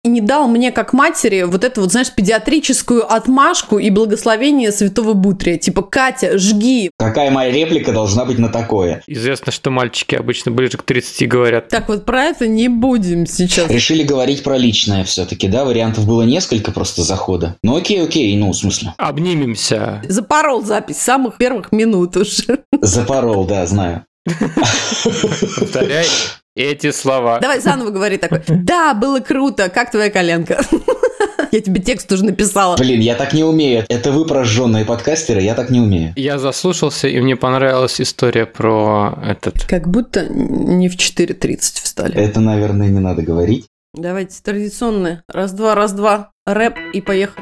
и не дал мне, как матери, вот эту вот, знаешь, педиатрическую отмашку и благословение святого Бутрия. Типа, Катя, жги. Какая моя реплика должна быть на такое? Известно, что мальчики обычно ближе к 30 говорят. Так вот про это не будем сейчас. Решили говорить про личное все-таки, да? Вариантов было несколько просто захода. Ну окей, ну в смысле. Обнимемся. Запорол запись с самых первых минут уже. Запорол, да, знаю. Повторяй эти слова. Давай заново говори такой. Да, было круто. Как твоя коленка? Я тебе текст уже написала. Блин, я так не умею. Это вы прожженные подкастеры, я так не умею. Я заслушался, и мне понравилась история про этот... Как будто не в 4:30 встали. Это, наверное, не надо говорить. Давайте традиционное. Раз-два, раз-два. Рэп и поехали.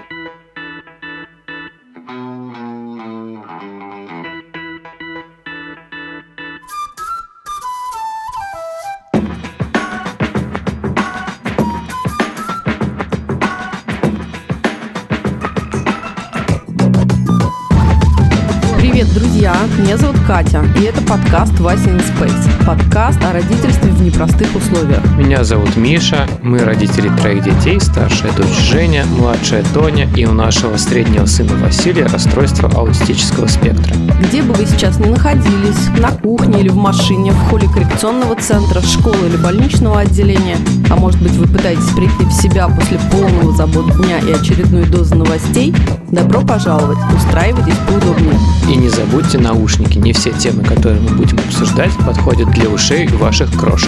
Привет, друзья! Меня зовут Катя, и это подкаст «Вася in Space». Подкаст о родительстве в непростых условиях. Меня зовут Миша, мы родители 3 детей, старшая дочь Женя, младшая Тоня, и у нашего среднего сына Василия расстройство аутистического спектра. Где бы вы сейчас ни находились, на кухне или в машине, в холле коррекционного центра, школы или больничного отделения, а может быть вы пытаетесь прийти в себя после полного забот дня и очередной дозы новостей, добро пожаловать, устраивайтесь поудобнее. И не забудьте наушники, не все темы, которые мы будем обсуждать, подходят для ушей ваших крошек.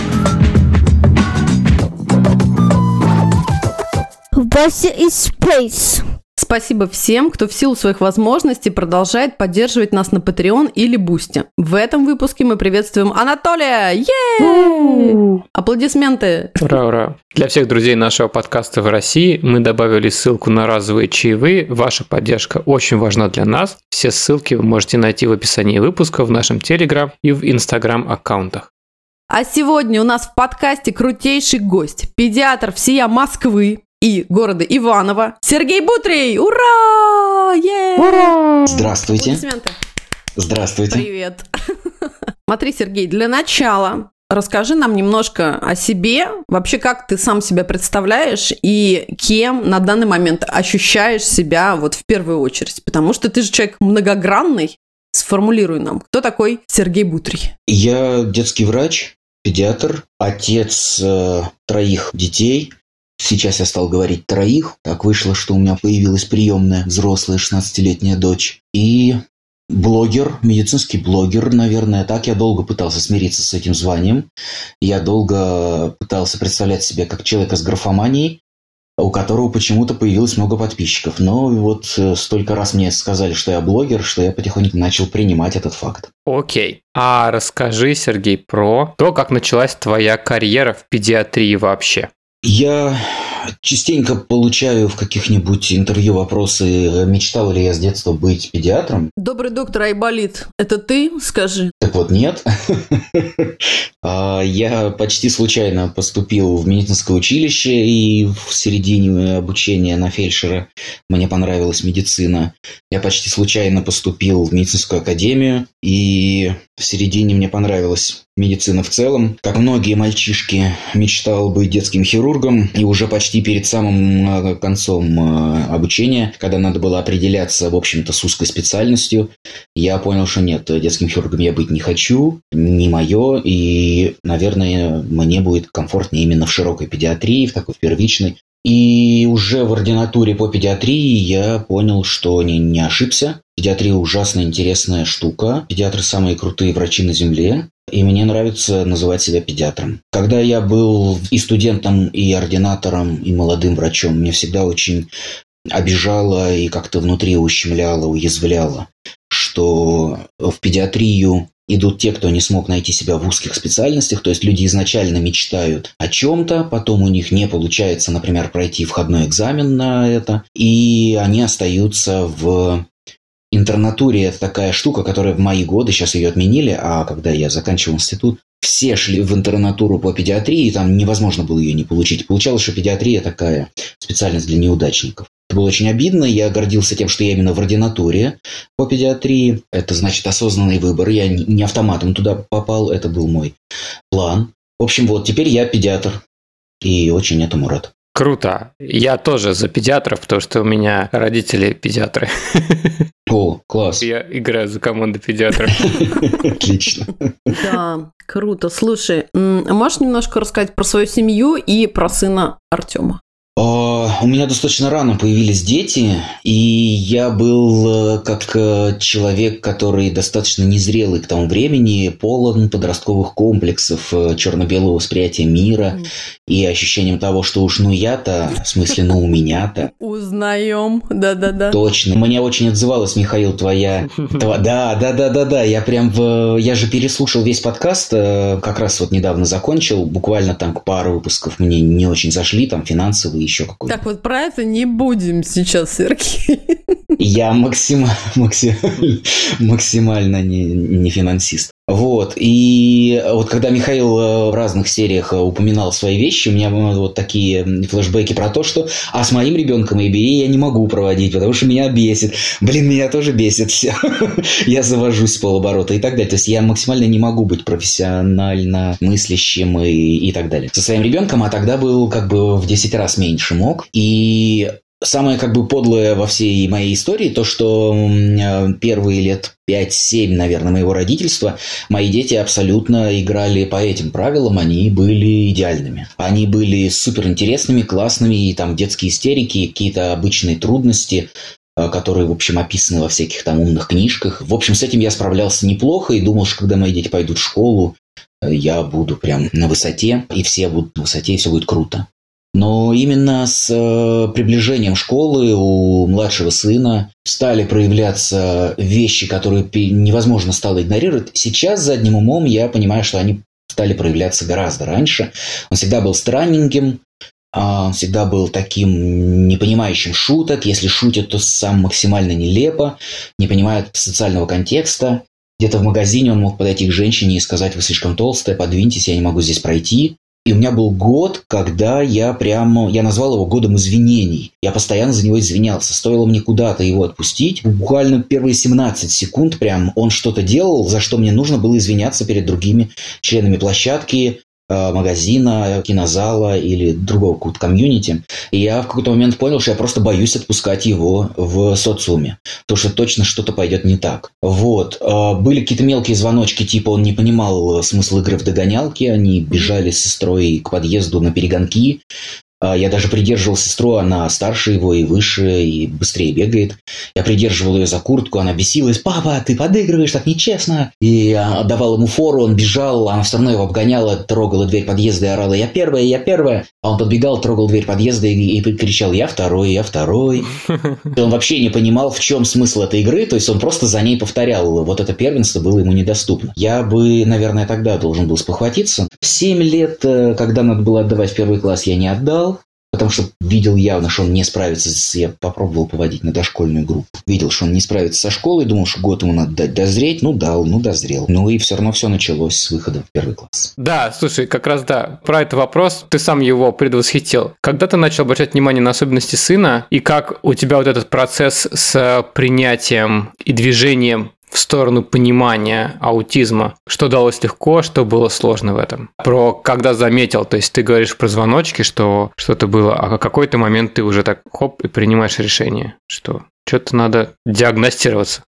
Вася in Space. Спасибо всем, кто в силу своих возможностей продолжает поддерживать нас на Patreon или Бусти. В этом выпуске мы приветствуем Анатолия! Е-е-е! Аплодисменты! Ура, ура! Для всех друзей нашего подкаста в России мы добавили ссылку на разовые чаевые. Ваша поддержка очень важна для нас. Все ссылки вы можете найти в описании выпуска, в нашем Telegram и в Instagram аккаунтах. А сегодня у нас в подкасте крутейший гость, педиатр всея Москвы и города Иваново, Сергей Бутрий! Ура! Ура! Здравствуйте. Аплодисменты. Здравствуйте. Привет. Смотри, Сергей, для начала расскажи нам немножко о себе, вообще как ты сам себя представляешь и кем на данный момент ощущаешь себя вот в первую очередь, потому что ты же человек многогранный. Сформулируй нам, кто такой Сергей Бутрий? Я детский врач, педиатр, отец 3 детей. Сейчас я стал говорить 3. Так вышло, что у меня появилась приемная взрослая 16-летняя дочь. И блогер, медицинский блогер, наверное. Так я долго пытался смириться с этим званием. Я долго пытался представлять себя как человека с графоманией, у которого почему-то появилось много подписчиков. Но вот столько раз мне сказали, что я блогер, что я потихоньку начал принимать этот факт. Окей. А расскажи, Сергей, про то, как началась твоя карьера в педиатрии вообще. Я частенько получаю в каких-нибудь интервью вопросы, мечтал ли я с детства быть педиатром. Добрый доктор Айболит, это ты? Скажи. Так вот, нет. Я почти случайно поступил в медицинское училище, и в середине обучения на фельдшера мне понравилась медицина. Я почти случайно поступил в медицинскую академию, и в середине мне понравилась медицина в целом. Как многие мальчишки, мечтал быть детским хирургом, и уже почти перед самым концом обучения, когда надо было определяться, в общем-то, с узкой специальностью, я понял, что нет, детским хирургом я быть не хочу, не мое, и, наверное, мне будет комфортнее именно в широкой педиатрии, в такой первичной. И уже в ординатуре по педиатрии я понял, что не ошибся. Педиатрия ужасно интересная штука. Педиатры самые крутые врачи на земле. И мне нравится называть себя педиатром. Когда я был и студентом, и ординатором, и молодым врачом, мне всегда очень обижало и как-то внутри ущемляло, уязвляло, что в педиатрию идут те, кто не смог найти себя в узких специальностях, то есть люди изначально мечтают о чем-то, потом у них не получается, например, пройти входной экзамен на это, и они остаются в интернатуре. Это такая штука, которая в мои годы, сейчас ее отменили, а когда я заканчивал институт, все шли в интернатуру по педиатрии, и там невозможно было ее не получить. Получалось, что педиатрия такая специальность для неудачников. Это было очень обидно, я гордился тем, что я именно в ординатуре по педиатрии. Это значит осознанный выбор, я не автоматом туда попал, это был мой план. В общем, вот, теперь я педиатр и очень этому рад. Круто. Я тоже за педиатров, потому что у меня родители педиатры. О, класс. Я играю за команду педиатров. Отлично. Да, круто. Слушай, можешь немножко рассказать про свою семью и про сына Артема? У меня достаточно рано появились дети, и я был как человек, который достаточно незрелый к тому времени, полон подростковых комплексов, черно-белого восприятия мира и ощущением того, что уж я-то, в смысле, у меня-то. Узнаем, да-да-да. Точно. Мне очень отзывалась, Михаил, твоя... Да, я же переслушал весь подкаст, как раз вот недавно закончил, буквально там пару выпусков мне не очень зашли, там финансовые, еще какой-то. Так вот про это не будем сейчас, Сергей. Я максимально не финансист. Вот. И вот когда Михаил в разных сериях упоминал свои вещи, у меня вот такие флешбеки про то, что с моим ребенком ABA я не могу проводить, потому что меня бесит. Меня тоже бесит все. Я завожусь с полоборота и так далее. То есть я максимально не могу быть профессионально мыслящим и так далее. Со своим ребенком, а тогда был как бы в 10 раз меньше мог. И самое как бы подлое во всей моей истории то, что первые лет 5-7, наверное, моего родительства мои дети абсолютно играли по этим правилам, они были идеальными. Они были суперинтересными, классными, и там детские истерики, какие-то обычные трудности, которые, в общем, описаны во всяких там умных книжках. В общем, с этим я справлялся неплохо и думал, что когда мои дети пойдут в школу, я буду прям на высоте, и все будут на высоте, и все будет круто. Но именно с приближением школы у младшего сына стали проявляться вещи, которые невозможно стало игнорировать. Сейчас задним умом я понимаю, что они стали проявляться гораздо раньше. Он всегда был странненьким, он всегда был таким не понимающим шуток. Если шутит, то сам максимально нелепо, не понимает социального контекста. Где-то в магазине он мог подойти к женщине и сказать: «Вы слишком толстая, подвиньтесь, я не могу здесь пройти». И у меня был год, когда я назвал его годом извинений. Я постоянно за него извинялся. Стоило мне куда-то его отпустить. Буквально первые 17 секунд прям он что-то делал, за что мне нужно было извиняться перед другими членами площадки, магазина, кинозала или другого какого-то комьюнити. И я в какой-то момент понял, что я просто боюсь отпускать его в социуме. Потому что точно что-то пойдет не так. Вот. Были какие-то мелкие звоночки, типа он не понимал смысл игры в догонялки. Они бежали с сестрой к подъезду на перегонки. Я даже придерживал сестру, она старше его и выше, и быстрее бегает. Я придерживал ее за куртку, она бесилась: «Папа, ты подыгрываешь, так нечестно». И я отдавал ему фору, он бежал, она все равно его обгоняла, трогала дверь подъезда и орала: «Я первая, я первая». А он подбегал, трогал дверь подъезда и кричал: «Я второй, я второй». Он вообще не понимал, в чем смысл этой игры, то есть он просто за ней повторял. Вот это первенство было ему недоступно. Я бы, наверное, тогда должен был спохватиться. В 7 лет, когда надо было отдавать в первый класс, я не отдал. Потому что видел явно, что он не справится. Я попробовал поводить на дошкольную группу. Видел, что он не справится со школой. Думал, что год ему надо дать дозреть. Дал, дозрел. И все равно все началось с выхода в первый класс. Да, слушай, как раз да. Про этот вопрос ты сам его предвосхитил. Когда ты начал обращать внимание на особенности сына, и как у тебя вот этот процесс с принятием и движением в сторону понимания аутизма, что далось легко, что было сложно в этом? Про когда заметил, то есть ты говоришь про звоночки, что что-то было, а в какой-то момент ты уже так хоп и принимаешь решение, что что-то надо диагностироваться.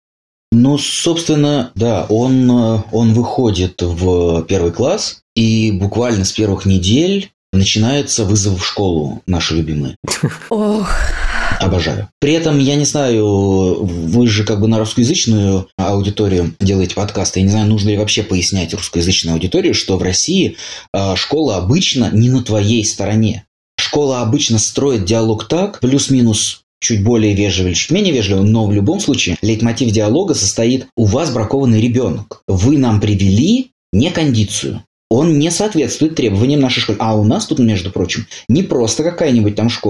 Собственно, да, он выходит в первый класс, и буквально с первых недель начинается вызов в школу, наши любимые. Ох. Обожаю. При этом, я не знаю, вы же как бы на русскоязычную аудиторию делаете подкасты. Я не знаю, нужно ли вообще пояснять русскоязычной аудитории, что в России школа обычно не на твоей стороне. Школа обычно строит диалог так, плюс-минус чуть более вежливо или чуть менее вежливо, но в любом случае лейтмотив диалога состоит: у вас бракованный ребенок. Вы нам привели не кондицию. Он не соответствует требованиям нашей школы. А у нас тут, между прочим, не просто какая-нибудь там школа.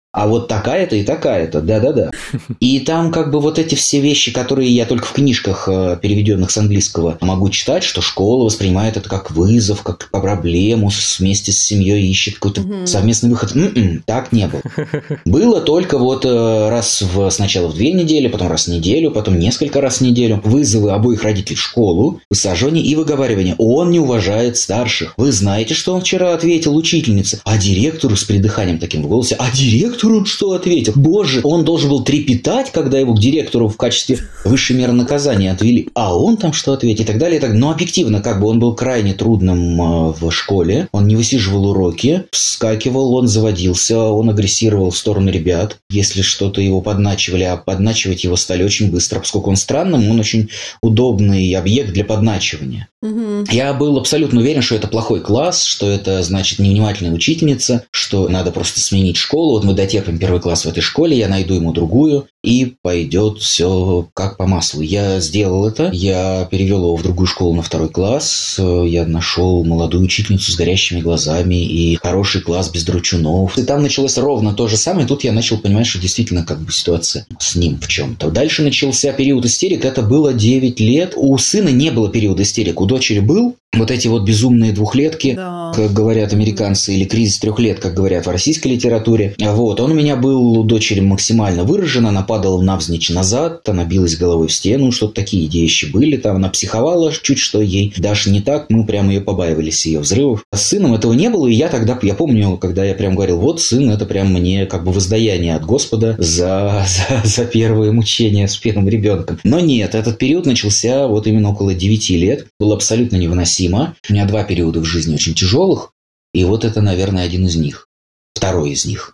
а вот такая-то и такая-то, да-да-да. И там как бы вот эти все вещи, которые я только в книжках, переведенных с английского, могу читать, что школа воспринимает это как вызов, как проблему, вместе с семьей ищет какой-то совместный выход. Так не было. Было только вот раз сначала в 2 недели, потом раз в неделю, потом несколько раз в неделю вызовы обоих родителей в школу, высаживание и выговаривание. Он не уважает старших. Вы знаете, что он вчера ответил учительнице? А директору с придыханием таким в голосе. А директору он что ответил? Боже, он должен был трепетать, когда его к директору в качестве высшей меры наказания отвели. А он там что ответил? И так далее, и так далее. Но объективно, как бы он был крайне трудным в школе. Он не высиживал уроки, вскакивал, он заводился, он агрессировал в сторону ребят, если что-то его подначивали, а подначивать его стали очень быстро. Поскольку он странным, он очень удобный объект для подначивания. Я был абсолютно уверен, что это плохой класс, что это, значит, невнимательная учительница, что надо просто сменить школу. Вот мы дотерпим 1 класс в этой школе, я найду ему другую, и пойдет все как по маслу. Я сделал это, я перевел его в другую школу на 2 класс, я нашел молодую учительницу с горящими глазами и хороший класс без дручунов. И там началось ровно то же самое, и тут я начал понимать, что действительно как бы ситуация с ним в чем-то. Дальше начался период истерик, это было 9 лет. У сына не было периода истерик, у дочери был. Вот эти вот безумные 2-летки, да, как говорят американцы, или кризис 3 лет, как говорят в российской литературе. Вот, он у меня был у дочери максимально выражен, она падала навзничь назад, она билась головой в стену, что-то такие вещи были, там она психовала чуть, что ей даже не так, мы прямо ее побаивались, ее взрывов. С сыном этого не было, и я помню, когда я прям говорил, вот сын, это прям мне как бы воздаяние от Господа за первые мучения с первым ребенком. Но нет, этот период начался вот именно около 9 лет, был абсолютно невыносимо. У меня 2 периода в жизни очень тяжелых, и вот это, наверное, один из них. 2 из них.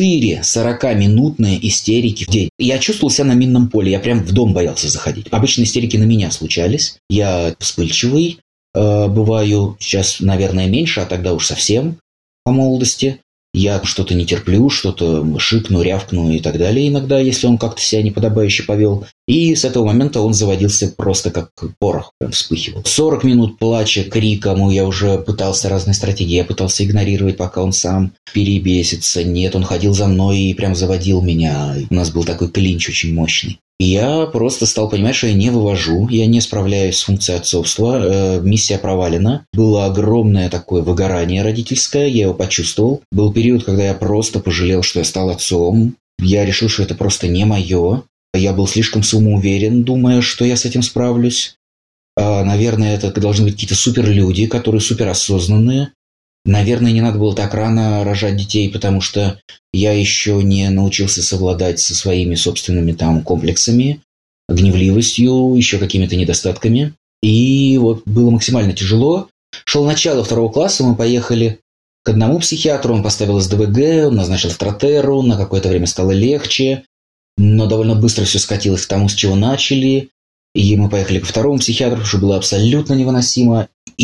4 40-минутные истерики в день. Я чувствовал себя на минном поле, я прям в дом боялся заходить. Обычно истерики на меня случались. Я вспыльчивый, бываю сейчас, наверное, меньше, а тогда уж совсем по молодости. Я что-то не терплю, что-то шикну, рявкну и так далее иногда, если он как-то себя неподобающе повел. И с этого момента он заводился просто как порох, прям вспыхивал. 40 минут плача, криком, я уже пытался разные стратегии, я пытался игнорировать, пока он сам перебесится. Нет, он ходил за мной и прям заводил меня. У нас был такой клинч очень мощный. И я просто стал понимать, что я не вывожу, я не справляюсь с функцией отцовства, миссия провалена. Было огромное такое выгорание родительское, я его почувствовал. Был период, когда я просто пожалел, что я стал отцом. Я решил, что это просто не мое. Я был слишком самоуверен, думая, что я с этим справлюсь. Наверное, это должны быть какие-то суперлюди, которые суперосознанные. Наверное, не надо было так рано рожать детей, потому что я еще не научился совладать со своими собственными там комплексами, гневливостью, еще какими-то недостатками. И вот было максимально тяжело. Шел начало 2 класса, мы поехали к одному психиатру, он поставил СДВГ, он назначил стратеру, на какое-то время стало легче, но довольно быстро все скатилось к тому, с чего начали. И мы поехали к 2 психиатру, что было абсолютно невыносимо.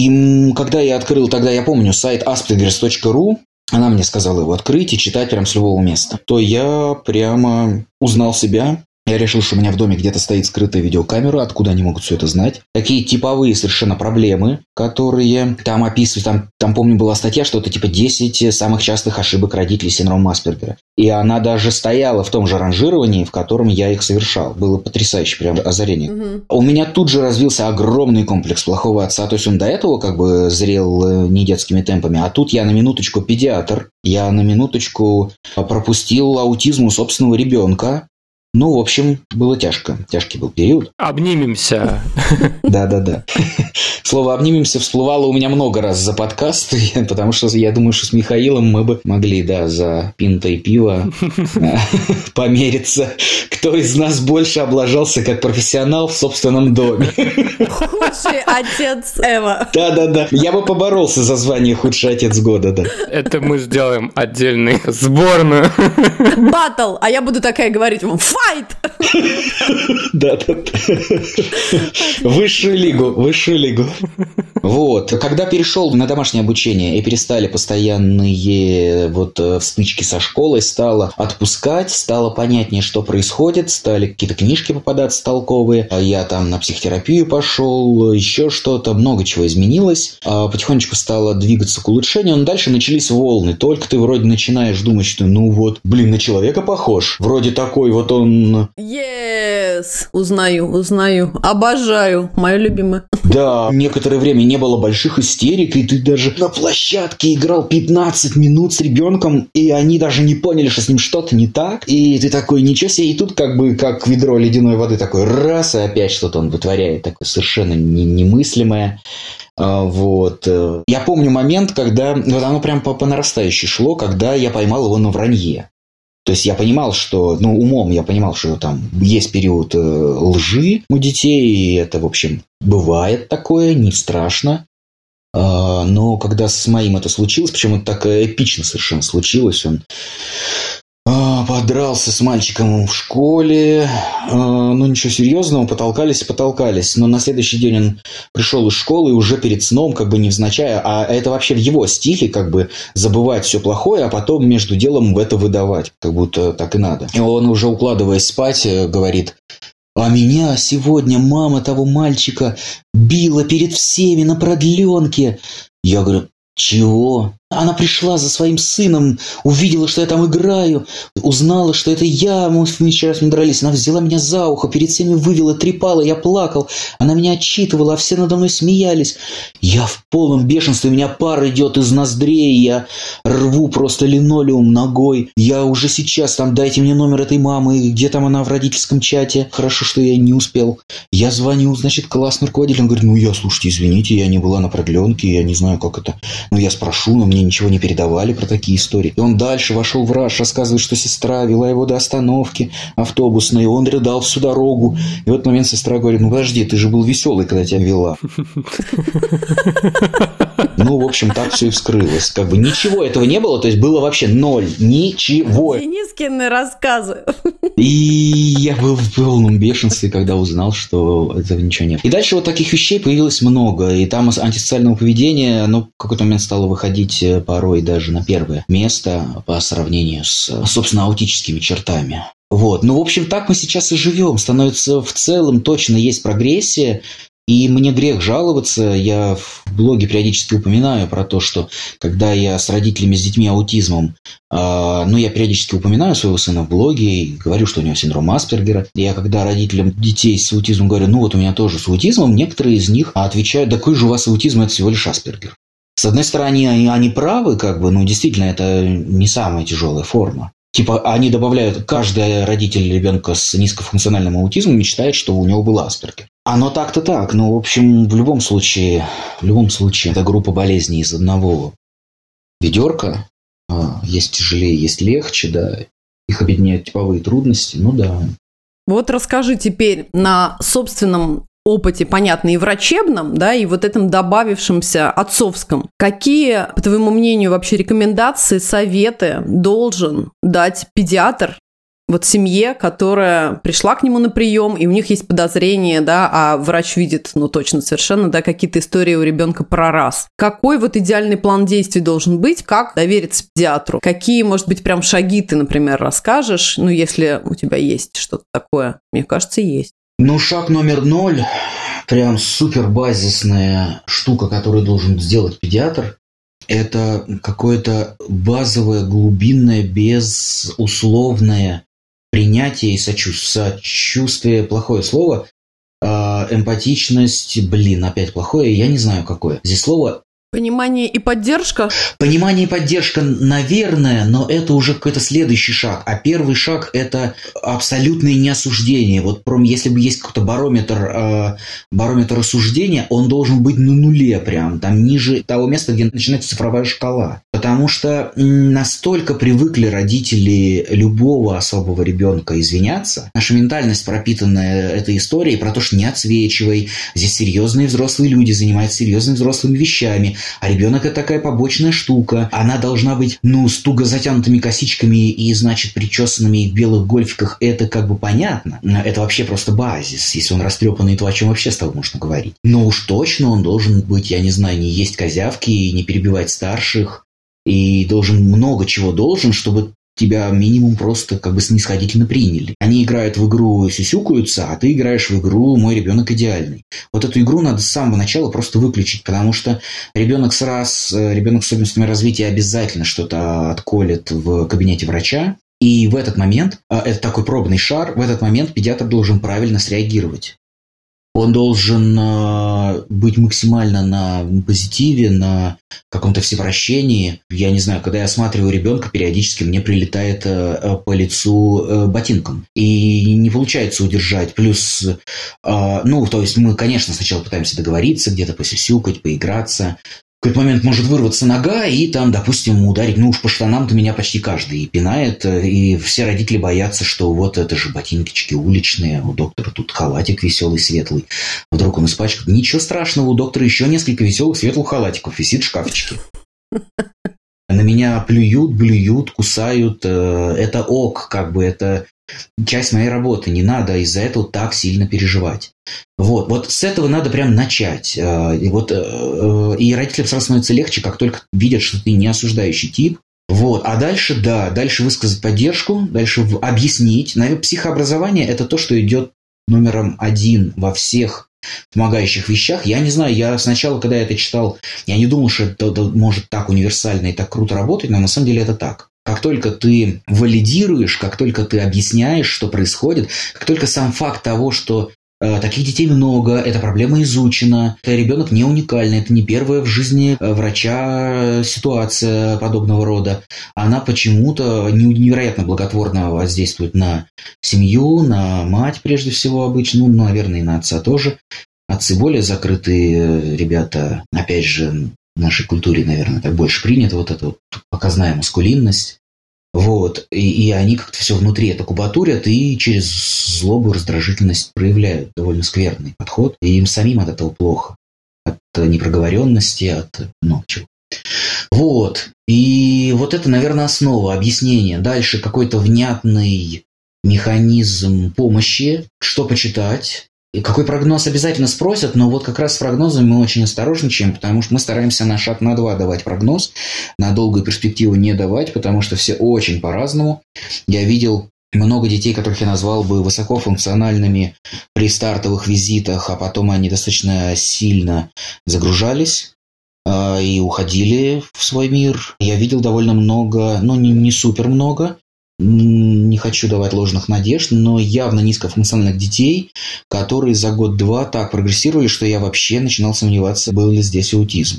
И когда я открыл, тогда я помню, сайт aspergers.ru, она мне сказала его открыть и читать прям с любого места, то я прямо узнал себя. Я решил, что у меня в доме где-то стоит скрытая видеокамера, откуда они могут все это знать. Такие типовые совершенно проблемы, которые там описывают. Там помню, была статья, что это типа 10 самых частых ошибок родителей с синдромом Аспергера. И она даже стояла в том же ранжировании, в котором я их совершал. Было потрясающее прям озарение. У меня тут же развился огромный комплекс плохого отца. То есть он до этого как бы зрел не детскими темпами. А тут я на минуточку педиатр. Я на минуточку пропустил аутизм у собственного ребенка. Ну, в общем, было тяжко. Тяжкий был период. Обнимемся. Да. Слово «обнимемся» всплывало у меня много раз за подкаст, потому что я думаю, что с Михаилом мы бы могли, да, за пинтой пива помериться, кто из нас больше облажался как профессионал в собственном доме. Худший отец Эва. Да. Я бы поборолся за звание «Худший отец года», да. Это мы сделаем отдельную сборную. Баттл, а я буду такая говорить, fuck Fight! Да. Высшую лигу. Вот. Когда перешел на домашнее обучение и перестали постоянные стычки со школой, стало отпускать, стало понятнее, что происходит, стали какие-то книжки попадаться толковые. Я там на психотерапию пошел, еще что-то, много чего изменилось. Потихонечку стало двигаться к улучшению, но дальше начались волны. Только ты вроде начинаешь думать, что на человека похож. Вроде такой вот он... Yes! Узнаю. Обожаю. Мое любимое. Да, некоторое время не было больших истерик, и ты даже на площадке играл 15 минут с ребенком, и они даже не поняли, что с ним что-то не так. И ты такой, ничего себе, и тут как ведро ледяной воды такой раз, и опять что-то он вытворяет, такое совершенно немыслимое. Вот. Я помню момент, когда оно прям по нарастающей шло, когда я поймал его на вранье. То есть я понимал, что, умом я понимал, что там есть период лжи у детей, и это, в общем, бывает такое, не страшно. Но когда с моим это случилось, причем это так эпично совершенно случилось, он подрался с мальчиком в школе, ничего серьезного, потолкались, но на следующий день он пришел из школы и уже перед сном, невзначай, а это вообще в его стиле, забывать все плохое, а потом между делом это выдавать, как будто так и надо. И он уже, укладываясь спать, говорит: «А меня сегодня мама того мальчика била перед всеми на продленке». Я говорю: «Чего?» Она пришла за своим сыном, увидела, что я там играю, узнала, что это я, мы вчера с ним дрались. Она взяла меня за ухо, перед всеми вывела, трепала, я плакал. Она меня отчитывала, а все надо мной смеялись. Я в полном бешенстве, у меня пар идет из ноздрей, я рву просто линолеум ногой. Я уже сейчас там, дайте мне номер этой мамы, где там она в родительском чате. Хорошо, что я не успел. Я звоню, классный руководитель, он говорит: слушайте, извините, я не была на продленке, я не знаю, как это. Я спрошу, но мне ничего не передавали про такие истории. И он дальше вошел в раж, рассказывает, что сестра вела его до остановки автобусной, и он рыдал всю дорогу. И в этот момент сестра говорит: подожди, ты же был веселый, когда тебя вела. В общем, так все и вскрылось. Ничего этого не было, то есть было вообще ноль, ничего. Денискины рассказы. И я был в полном бешенстве, когда узнал, что этого ничего нет. И дальше таких вещей появилось много, и там антисоциального поведения, оно в какой-то момент стало выходить порой даже на первое место по сравнению с, собственно, аутическими чертами. Вот. В общем, так мы сейчас и живем. Становится в целом точно есть прогрессия. И мне грех жаловаться, я в блоге периодически упоминаю про то, что когда я с родителями с детьми аутизмом, я периодически упоминаю своего сына в блоге и говорю, что у него синдром Аспергера. Я когда родителям детей с аутизмом говорю: у меня тоже с аутизмом, некоторые из них отвечают: да какой же у вас аутизм, это всего лишь Аспергер. С одной стороны, они правы, действительно, это не самая тяжелая форма. Они добавляют, каждый родитель ребенка с низкофункциональным аутизмом мечтает, что у него был Аспергер. Оно так-то так, но, в общем, в любом случае, это группа болезней из одного ведерка. Есть тяжелее, есть легче, да. Их объединяют типовые трудности, да. Вот расскажи теперь на собственном опыте, понятно, и врачебном, да, и этом добавившемся отцовском. Какие, по твоему мнению, вообще рекомендации, советы должен дать педиатр семье, которая пришла к нему на прием, и у них есть подозрение, да, а врач видит, точно совершенно, да, какие-то истории у ребенка про раз. Какой идеальный план действий должен быть, как довериться педиатру? Какие, может быть, прям шаги ты, например, расскажешь, если у тебя есть что-то такое? Мне кажется, есть. Шаг номер 0, прям супер базисная штука, которую должен сделать педиатр, это какое-то базовое, глубинное, безусловное принятие и сочувствие, плохое слово, эмпатичность, опять плохое, я не знаю какое. Здесь слово... Понимание и поддержка? Понимание и поддержка, наверное, но это уже какой-то следующий шаг. А первый шаг – это абсолютное неосуждение. Если бы есть какой-то барометр осуждения, он должен быть на нуле прям, там ниже того места, где начинается цифровая шкала. Потому что настолько привыкли родители любого особого ребенка извиняться. Наша ментальность, пропитанная этой историей про то, что не отсвечивай, здесь серьезные взрослые люди занимаются серьезными взрослыми вещами. А ребенок это такая побочная штука. Она должна быть, с туго затянутыми косичками и, значит, причесанными в белых гольфиках. Это как бы понятно. Это вообще просто базис. Если он растрепанный, то о чем вообще с тобой можно говорить? Но уж точно он должен быть, я не знаю, не есть козявки, не перебивать старших. И должен много чего должен, чтобы тебя минимум просто как бы снисходительно приняли. Они играют в игру, сюсюкаются, а ты играешь в игру «Мой ребенок идеальный». Вот эту игру надо с самого начала просто выключить, потому что ребенок с особенностями развития обязательно что-то отколет в кабинете врача. И в этот момент, это такой пробный шар, в этот момент педиатр должен правильно среагировать. Он должен быть максимально на позитиве, на каком-то всепрощении. Я не знаю, когда я осматриваю ребенка, периодически мне прилетает по лицу ботинком. И не получается удержать. Плюс, то есть мы, конечно, сначала пытаемся договориться, где-то посюсюкать, поиграться. В какой-то момент может вырваться нога и там, допустим, ударить. Уж по штанам-то меня почти каждый пинает. И все родители боятся, что вот это же ботиночки уличные. У доктора тут халатик веселый, светлый. Вдруг он испачкает. Ничего страшного, у доктора еще несколько веселых светлых халатиков висит в шкафчике. На меня блюют, кусают. Это ок, как бы это часть моей работы. Не надо из-за этого так сильно переживать. Вот с этого надо прям начать. И родителям сразу становится легче, как только видят, что ты не осуждающий тип. А дальше высказать поддержку, дальше объяснить. Наверное, психообразование – это то, что идет номером 1 во всех помогающих вещах. Я не знаю, я сначала, когда я это читал, я не думал, что это может так универсально и так круто работать, но на самом деле это так. Как только ты валидируешь, как только ты объясняешь, что происходит, как только сам факт того, что таких детей много, эта проблема изучена, это ребенок не уникальный, это не первая в жизни врача ситуация подобного рода. Она почему-то невероятно благотворно воздействует на семью, на мать прежде всего обычно, наверное, и на отца тоже. Отцы более закрытые ребята, опять же, в нашей культуре, наверное, так больше принято вот эта вот показная маскулинность. И они как-то все внутри это кубатурят и через злобу, раздражительность проявляют. Довольно скверный подход. И им самим от этого плохо. От непроговоренности, от много чего. И вот это, наверное, основа объяснения. Дальше какой-то внятный механизм помощи. Что почитать. И какой прогноз обязательно спросят, но вот как раз с прогнозами мы очень осторожничаем, потому что мы стараемся на шаг на 2 давать прогноз, на долгую перспективу не давать, потому что все очень по-разному. Я видел много детей, которых я назвал бы высокофункциональными при стартовых визитах, а потом они достаточно сильно загружались и уходили в свой мир. Я видел довольно много, не супер много, не хочу давать ложных надежд, но явно низкофункциональных детей, которые за год-два так прогрессировали, что я вообще начинал сомневаться, был ли здесь аутизм.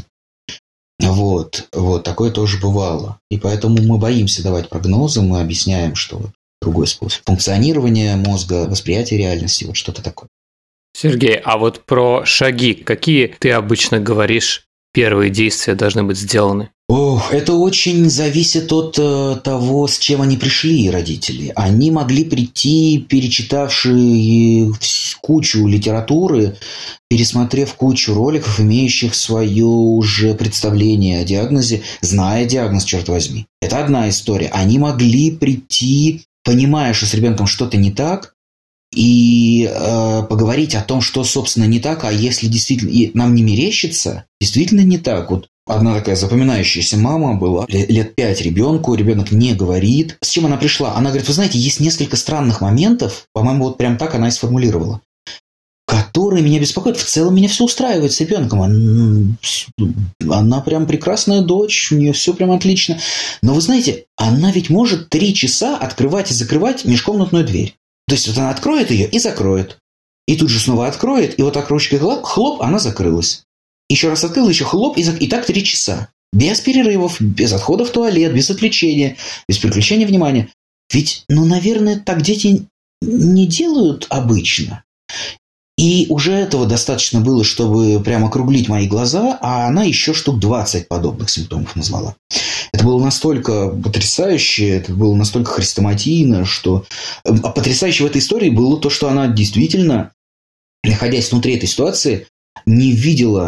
Такое тоже бывало. И поэтому мы боимся давать прогнозы, мы объясняем, что другой способ функционирования мозга, восприятия реальности, что-то такое. Сергей, а вот про шаги, какие ты обычно говоришь, первые действия должны быть сделаны? Это очень зависит от того, с чем они пришли, родители. Они могли прийти, перечитавшие кучу литературы, пересмотрев кучу роликов, имеющих свое уже представление о диагнозе, зная диагноз, черт возьми. Это одна история. Они могли прийти, понимая, что с ребенком что-то не так, и поговорить о том, что, собственно, не так, а если действительно нам не мерещится, действительно не так. Одна такая запоминающаяся мама была, лет 5 ребенку, ребенок не говорит. С чем она пришла? Она говорит, вы знаете, есть несколько странных моментов, по-моему, прям так она и сформулировала, которые меня беспокоят. В целом меня все устраивает с ребенком. Она прям прекрасная дочь, у нее все прям отлично. Но вы знаете, она ведь может 3 часа открывать и закрывать межкомнатную дверь. То есть она откроет ее и закроет. И тут же снова откроет, и вот так ручкой хлоп, она закрылась. Еще раз открыла, еще хлоп, и так 3 часа. Без перерывов, без отхода в туалет, без отвлечения, без переключения внимания. Ведь, наверное, так дети не делают обычно. И уже этого достаточно было, чтобы прямо округлить мои глаза, а она еще штук 20 подобных симптомов назвала. Это было настолько потрясающе, это было настолько хрестоматийно, что... потрясающе в этой истории было то, что она действительно, находясь внутри этой ситуации, не видела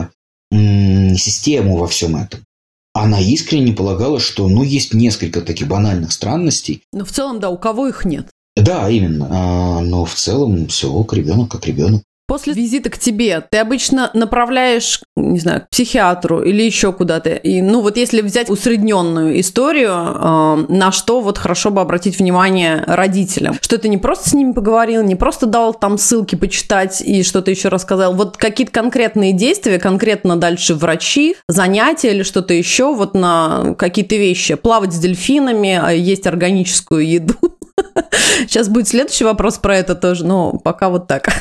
систему во всем этом. Она искренне полагала, что, есть несколько таких банальных странностей. Но в целом, да, у кого их нет? Да, именно. Но в целом все, ребенок как ребенок. После визита к тебе ты обычно направляешь, не знаю, к психиатру или еще куда-то. И, если взять усредненную историю, на что хорошо бы обратить внимание родителям. Что ты не просто с ними поговорил, не просто дал там ссылки почитать и что-то еще рассказал. Какие-то конкретные действия, конкретно дальше врачи, занятия или что-то еще, на какие-то вещи. Плавать с дельфинами, есть органическую еду. Сейчас будет следующий вопрос про это тоже, но пока так.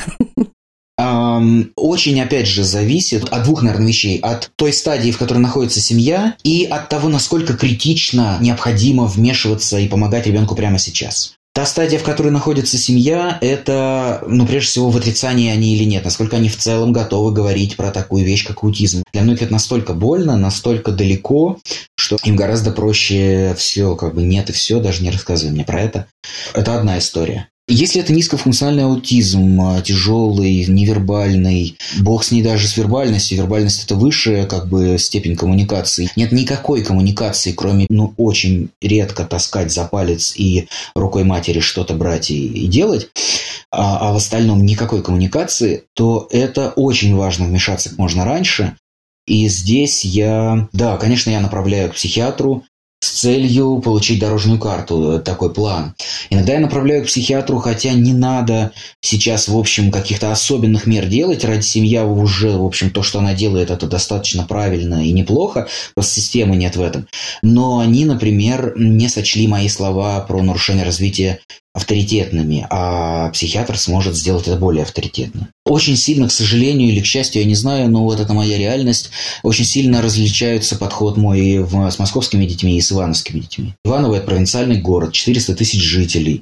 Очень, опять же, зависит от двух, наверное, вещей. От той стадии, в которой находится семья, и от того, насколько критично необходимо вмешиваться и помогать ребенку прямо сейчас. Та стадия, в которой находится семья, это, прежде всего, в отрицании они или нет. Насколько они в целом готовы говорить про такую вещь, как аутизм. Для многих это настолько больно, настолько далеко, что им гораздо проще все, нет и все, даже не рассказывай мне про это. Это одна история. Если это низкофункциональный аутизм, тяжелый, невербальный, бог с ней даже с вербальностью, вербальность – это высшая степень коммуникации. Нет никакой коммуникации, кроме, очень редко таскать за палец и рукой матери что-то брать и делать, а в остальном никакой коммуникации, то это очень важно вмешаться как можно раньше. И здесь конечно, я направляю к психиатру, с целью получить дорожную карту, такой план. Иногда я направляю к психиатру, хотя не надо сейчас, в общем, каких-то особенных мер делать. Ради семьи уже, в общем, то, что она делает, это достаточно правильно и неплохо. Просто системы нет в этом. Но они, например, не сочли мои слова про нарушение развития авторитетными, а психиатр сможет сделать это более авторитетно. Очень сильно, к сожалению или к счастью, я не знаю, но это моя реальность, очень сильно различается подход мой с московскими детьми и с ивановскими детьми. Иваново – это провинциальный город, 400 тысяч жителей,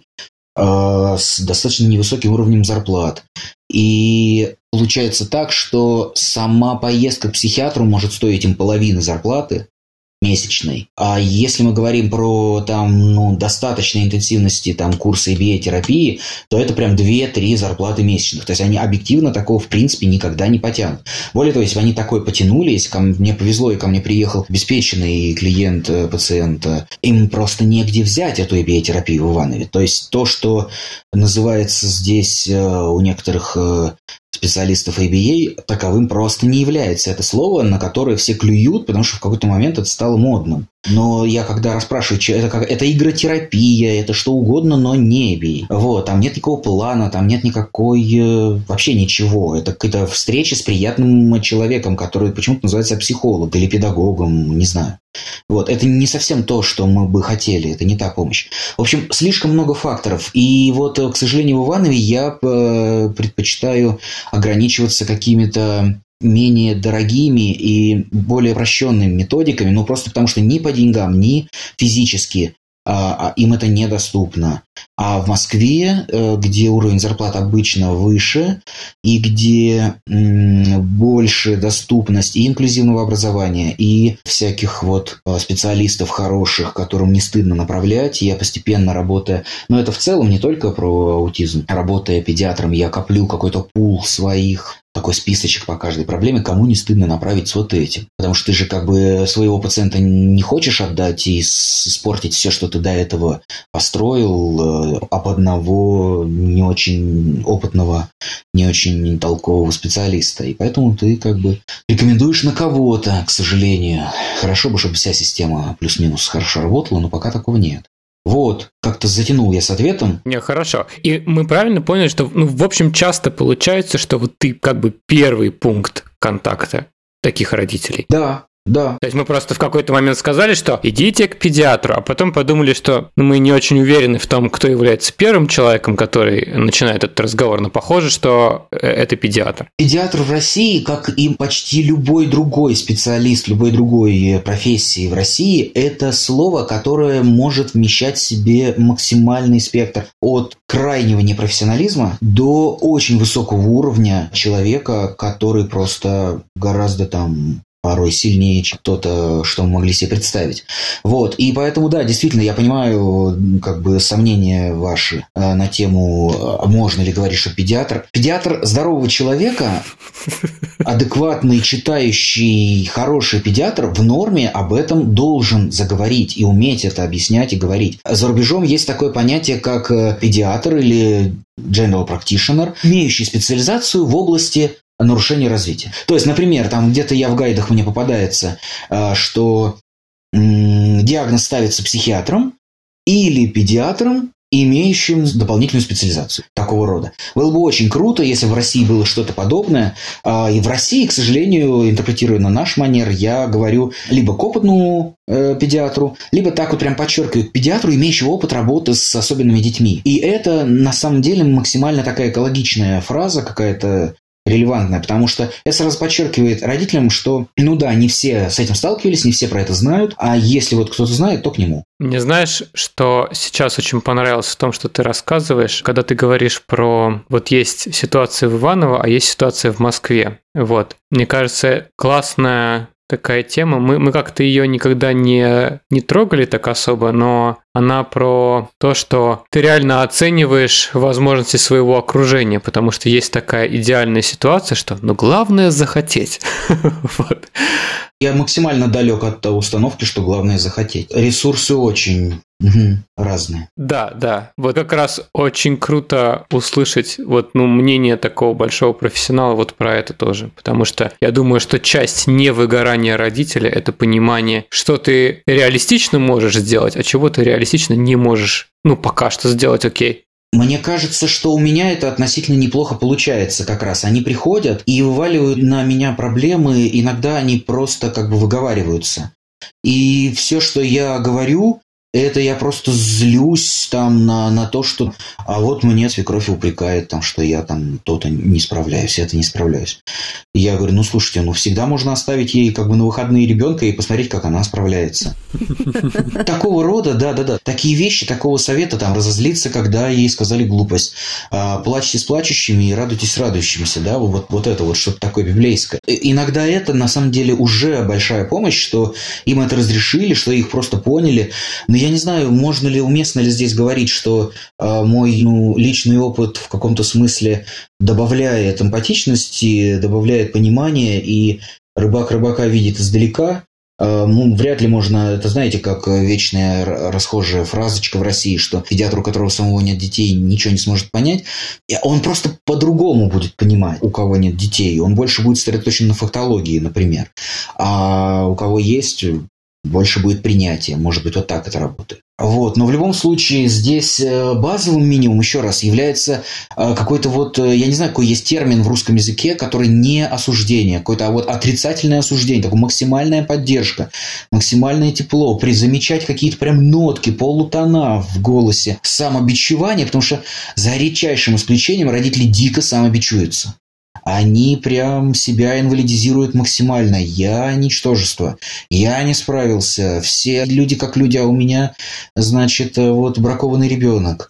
с достаточно невысоким уровнем зарплат. И получается так, что сама поездка к психиатру может стоить им половины зарплаты месячной. А если мы говорим про достаточной интенсивности курса EBA-терапии, то это прям 2-3 зарплаты месячных. То есть они объективно такого в принципе никогда не потянут. Более того, если бы они такое потянули, если мне повезло и ко мне приехал обеспеченный клиент пациента, им просто негде взять эту EBA-терапию в Иванове. То есть то, что называется здесь у некоторых специалистов ABA, таковым просто не является. Это слово, на которое все клюют, потому что в какой-то момент это стало модным. Но я когда расспрашиваю, это игротерапия, это что угодно, но не ABA. Там нет никакого плана, там нет никакой вообще ничего. Это какая-то встреча с приятным человеком, который почему-то называется психологом или педагогом, не знаю. Это не совсем то, что мы бы хотели, это не та помощь. В общем, слишком много факторов. И к сожалению, в Иванове я предпочитаю ограничиваться какими-то менее дорогими и более упрощенными методиками, просто потому что ни по деньгам, ни физически им это недоступно. А в Москве, где уровень зарплат обычно выше, и где больше доступность и инклюзивного образования, и всяких специалистов хороших, которым не стыдно направлять, я постепенно работая, но это в целом не только про аутизм, работая педиатром, я коплю какой-то пул своих, такой списочек по каждой проблеме, кому не стыдно направить с этим. Потому что ты же своего пациента не хочешь отдать и испортить все, что ты до этого построил, об одного не очень опытного, не очень толкового специалиста. И поэтому ты рекомендуешь на кого-то, к сожалению. Хорошо бы, чтобы вся система плюс-минус хорошо работала, но пока такого нет. Как-то затянул я с ответом. Не, хорошо. И мы правильно поняли, что, в общем, часто получается, что ты первый пункт контакта таких родителей. Да. То есть мы просто в какой-то момент сказали, что идите к педиатру, а потом подумали, что мы не очень уверены в том, кто является первым человеком, который начинает этот разговор, но похоже, что это педиатр. Педиатр в России, как и почти любой другой специалист, любой другой профессии в России, это слово, которое может вмещать в себе максимальный спектр от крайнего непрофессионализма до очень высокого уровня человека, который просто гораздо порой сильнее, чем то, что мы могли себе представить. Вот, и поэтому, да, действительно, я понимаю, как бы, сомнения ваши на тему, можно ли говорить, что педиатр. Педиатр здорового человека, адекватный, читающий, хороший педиатр в норме об этом должен заговорить и уметь это объяснять и говорить. За рубежом есть такое понятие, как педиатр или general practitioner, имеющий специализацию в области нарушения развития. То есть, например, там где-то в гайдах мне попадается, что диагноз ставится психиатром или педиатром, имеющим дополнительную специализацию такого рода. Было бы очень круто, если в России было что-то подобное. И в России, к сожалению, интерпретируя на наш манер, я говорю либо к опытному педиатру, либо так вот прям подчеркиваю, к педиатру, имеющему опыт работы с особенными детьми. И это на самом деле максимально такая экологичная фраза, какая-то релевантная, потому что это сразу подчеркивает родителям, что, ну да, не все с этим сталкивались, не все про это знают, а если вот кто-то знает, то к нему. Мне знаешь, что сейчас очень понравилось в том, что ты рассказываешь, когда ты говоришь про вот есть ситуация в Иваново, а есть ситуация в Москве. Вот. Мне кажется, классная такая тема. Мы как-то ее никогда не трогали так особо, но она про то, что ты реально оцениваешь возможности своего окружения, потому что есть такая идеальная ситуация, что главное захотеть. Вот. Я максимально далек от установки, что главное захотеть. Ресурсы очень разные. Да. Вот как раз очень круто услышать мнение такого большого профессионала вот про это тоже. Потому что я думаю, что часть невыгорания родителя – это понимание, что ты реалистично можешь сделать, а чего ты реалистично не можешь, пока что сделать, окей. Мне кажется, что у меня это относительно неплохо получается как раз. Они приходят и вываливают на меня проблемы, иногда они просто как бы выговариваются. И все, что я говорю, это я просто злюсь там на то, что а вот мне свекровь упрекает, что я там то-то не справляюсь, это не справляюсь. И я говорю, слушайте, всегда можно оставить ей как бы на выходные ребенка и посмотреть, как она справляется. Такого рода, да. Такие вещи, такого совета, разозлиться, когда ей сказали глупость. Плачьте с плачущими и радуйтесь с радующимися, да, вот это вот что-то такое библейское. Иногда это на самом деле уже большая помощь, что им это разрешили, что их просто поняли. Но я не знаю, можно ли, уместно ли здесь говорить, что мой личный опыт в каком-то смысле добавляет эмпатичности, добавляет понимания, и рыбак рыбака видит издалека. Вряд ли можно, это знаете, как вечная расхожая фразочка в России, что педиатр, у которого самого нет детей, ничего не сможет понять. Он просто по-другому будет понимать, у кого нет детей. Он больше будет сосредоточен на фактологии, например. А у кого есть, больше будет принятие. Может быть, вот так это работает. Но в любом случае здесь базовым минимумом, еще раз, является какой-то я не знаю, какой есть термин в русском языке, который не осуждение, какое-то отрицательное осуждение, такая максимальная поддержка, максимальное тепло, замечать какие-то прям нотки, полутона в голосе, самобичевание, потому что за редчайшим исключением родители дико самобичуются. Они прям себя инвалидизируют максимально. Я ничтожество. Я не справился. Все люди как люди, а у меня, бракованный ребенок.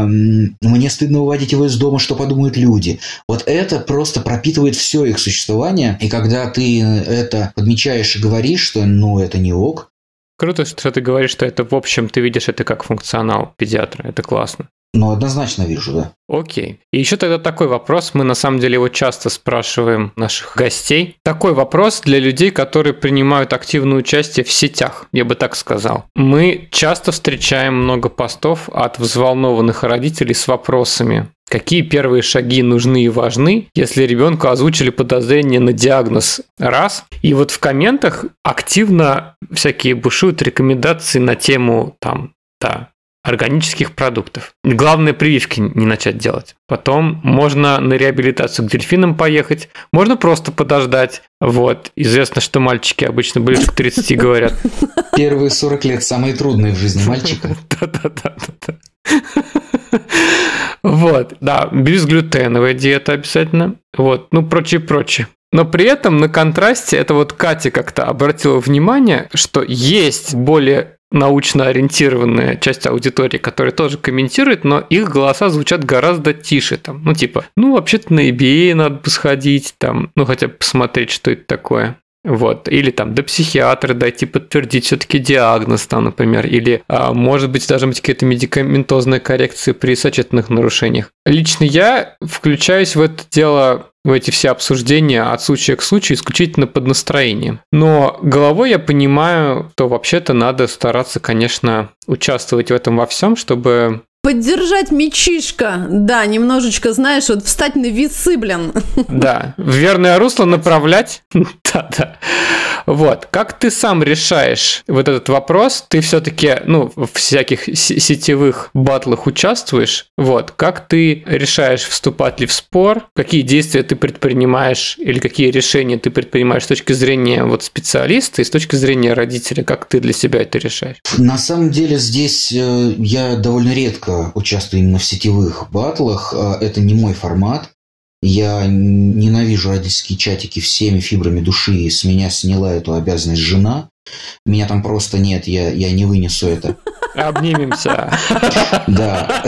Мне стыдно выводить его из дома, что подумают люди. Вот это просто пропитывает все их существование. И когда ты это подмечаешь и говоришь, что это не ок. Круто, что ты говоришь, что это, в общем, ты видишь это как функционал педиатра. Это классно. Однозначно вижу, да. Окей. И еще тогда такой вопрос. Мы на самом деле его часто спрашиваем наших гостей. Такой вопрос для людей, которые принимают активное участие в сетях, я бы так сказал. Мы часто встречаем много постов от взволнованных родителей с вопросами. Какие первые шаги нужны и важны, если ребенку озвучили подозрение на диагноз? Раз. И в комментах активно всякие бушуют рекомендации на тему органических продуктов. Главное, прививки не начать делать. Потом можно на реабилитацию к дельфинам поехать, можно просто подождать. Известно, что мальчики обычно ближе к 30 говорят. Первые 40 лет самые трудные в жизни мальчика. Да, безглютеновая диета обязательно. Прочее. Но при этом на контрасте, это Катя как-то обратила внимание, что есть более научно ориентированная часть аудитории, которая тоже комментирует, но их голоса звучат гораздо тише. Вообще-то на EBA надо бы сходить, хотя бы посмотреть, что это такое. Вот. Или там до психиатра дойти, подтвердить все-таки диагноз, там, например. Или, может быть, даже быть какие-то медикаментозные коррекции при сочетанных нарушениях. Лично я включаюсь в это дело, в эти все обсуждения от случая к случаю исключительно под настроением. Но головой я понимаю, что вообще-то надо стараться, конечно, участвовать в этом во всем, чтобы... Поддержать мячишка, да, немножечко, знаешь, вот встать на весы, блин. Да, в верное русло направлять. Да. Вот, как ты сам решаешь вот этот вопрос? Ты все-таки, в всяких сетевых батлах участвуешь. Вот, как ты решаешь, вступать ли в спор? Какие действия ты предпринимаешь или какие решения ты предпринимаешь с точки зрения вот специалиста и с точки зрения родителя? Как ты для себя это решаешь? На самом деле здесь я довольно редко участвую именно в сетевых батлах. Это не мой формат. Я ненавижу родительские чатики всеми фибрами души. С меня сняла эту обязанность жена. Меня там просто нет, я не вынесу это. Обнимемся. Да.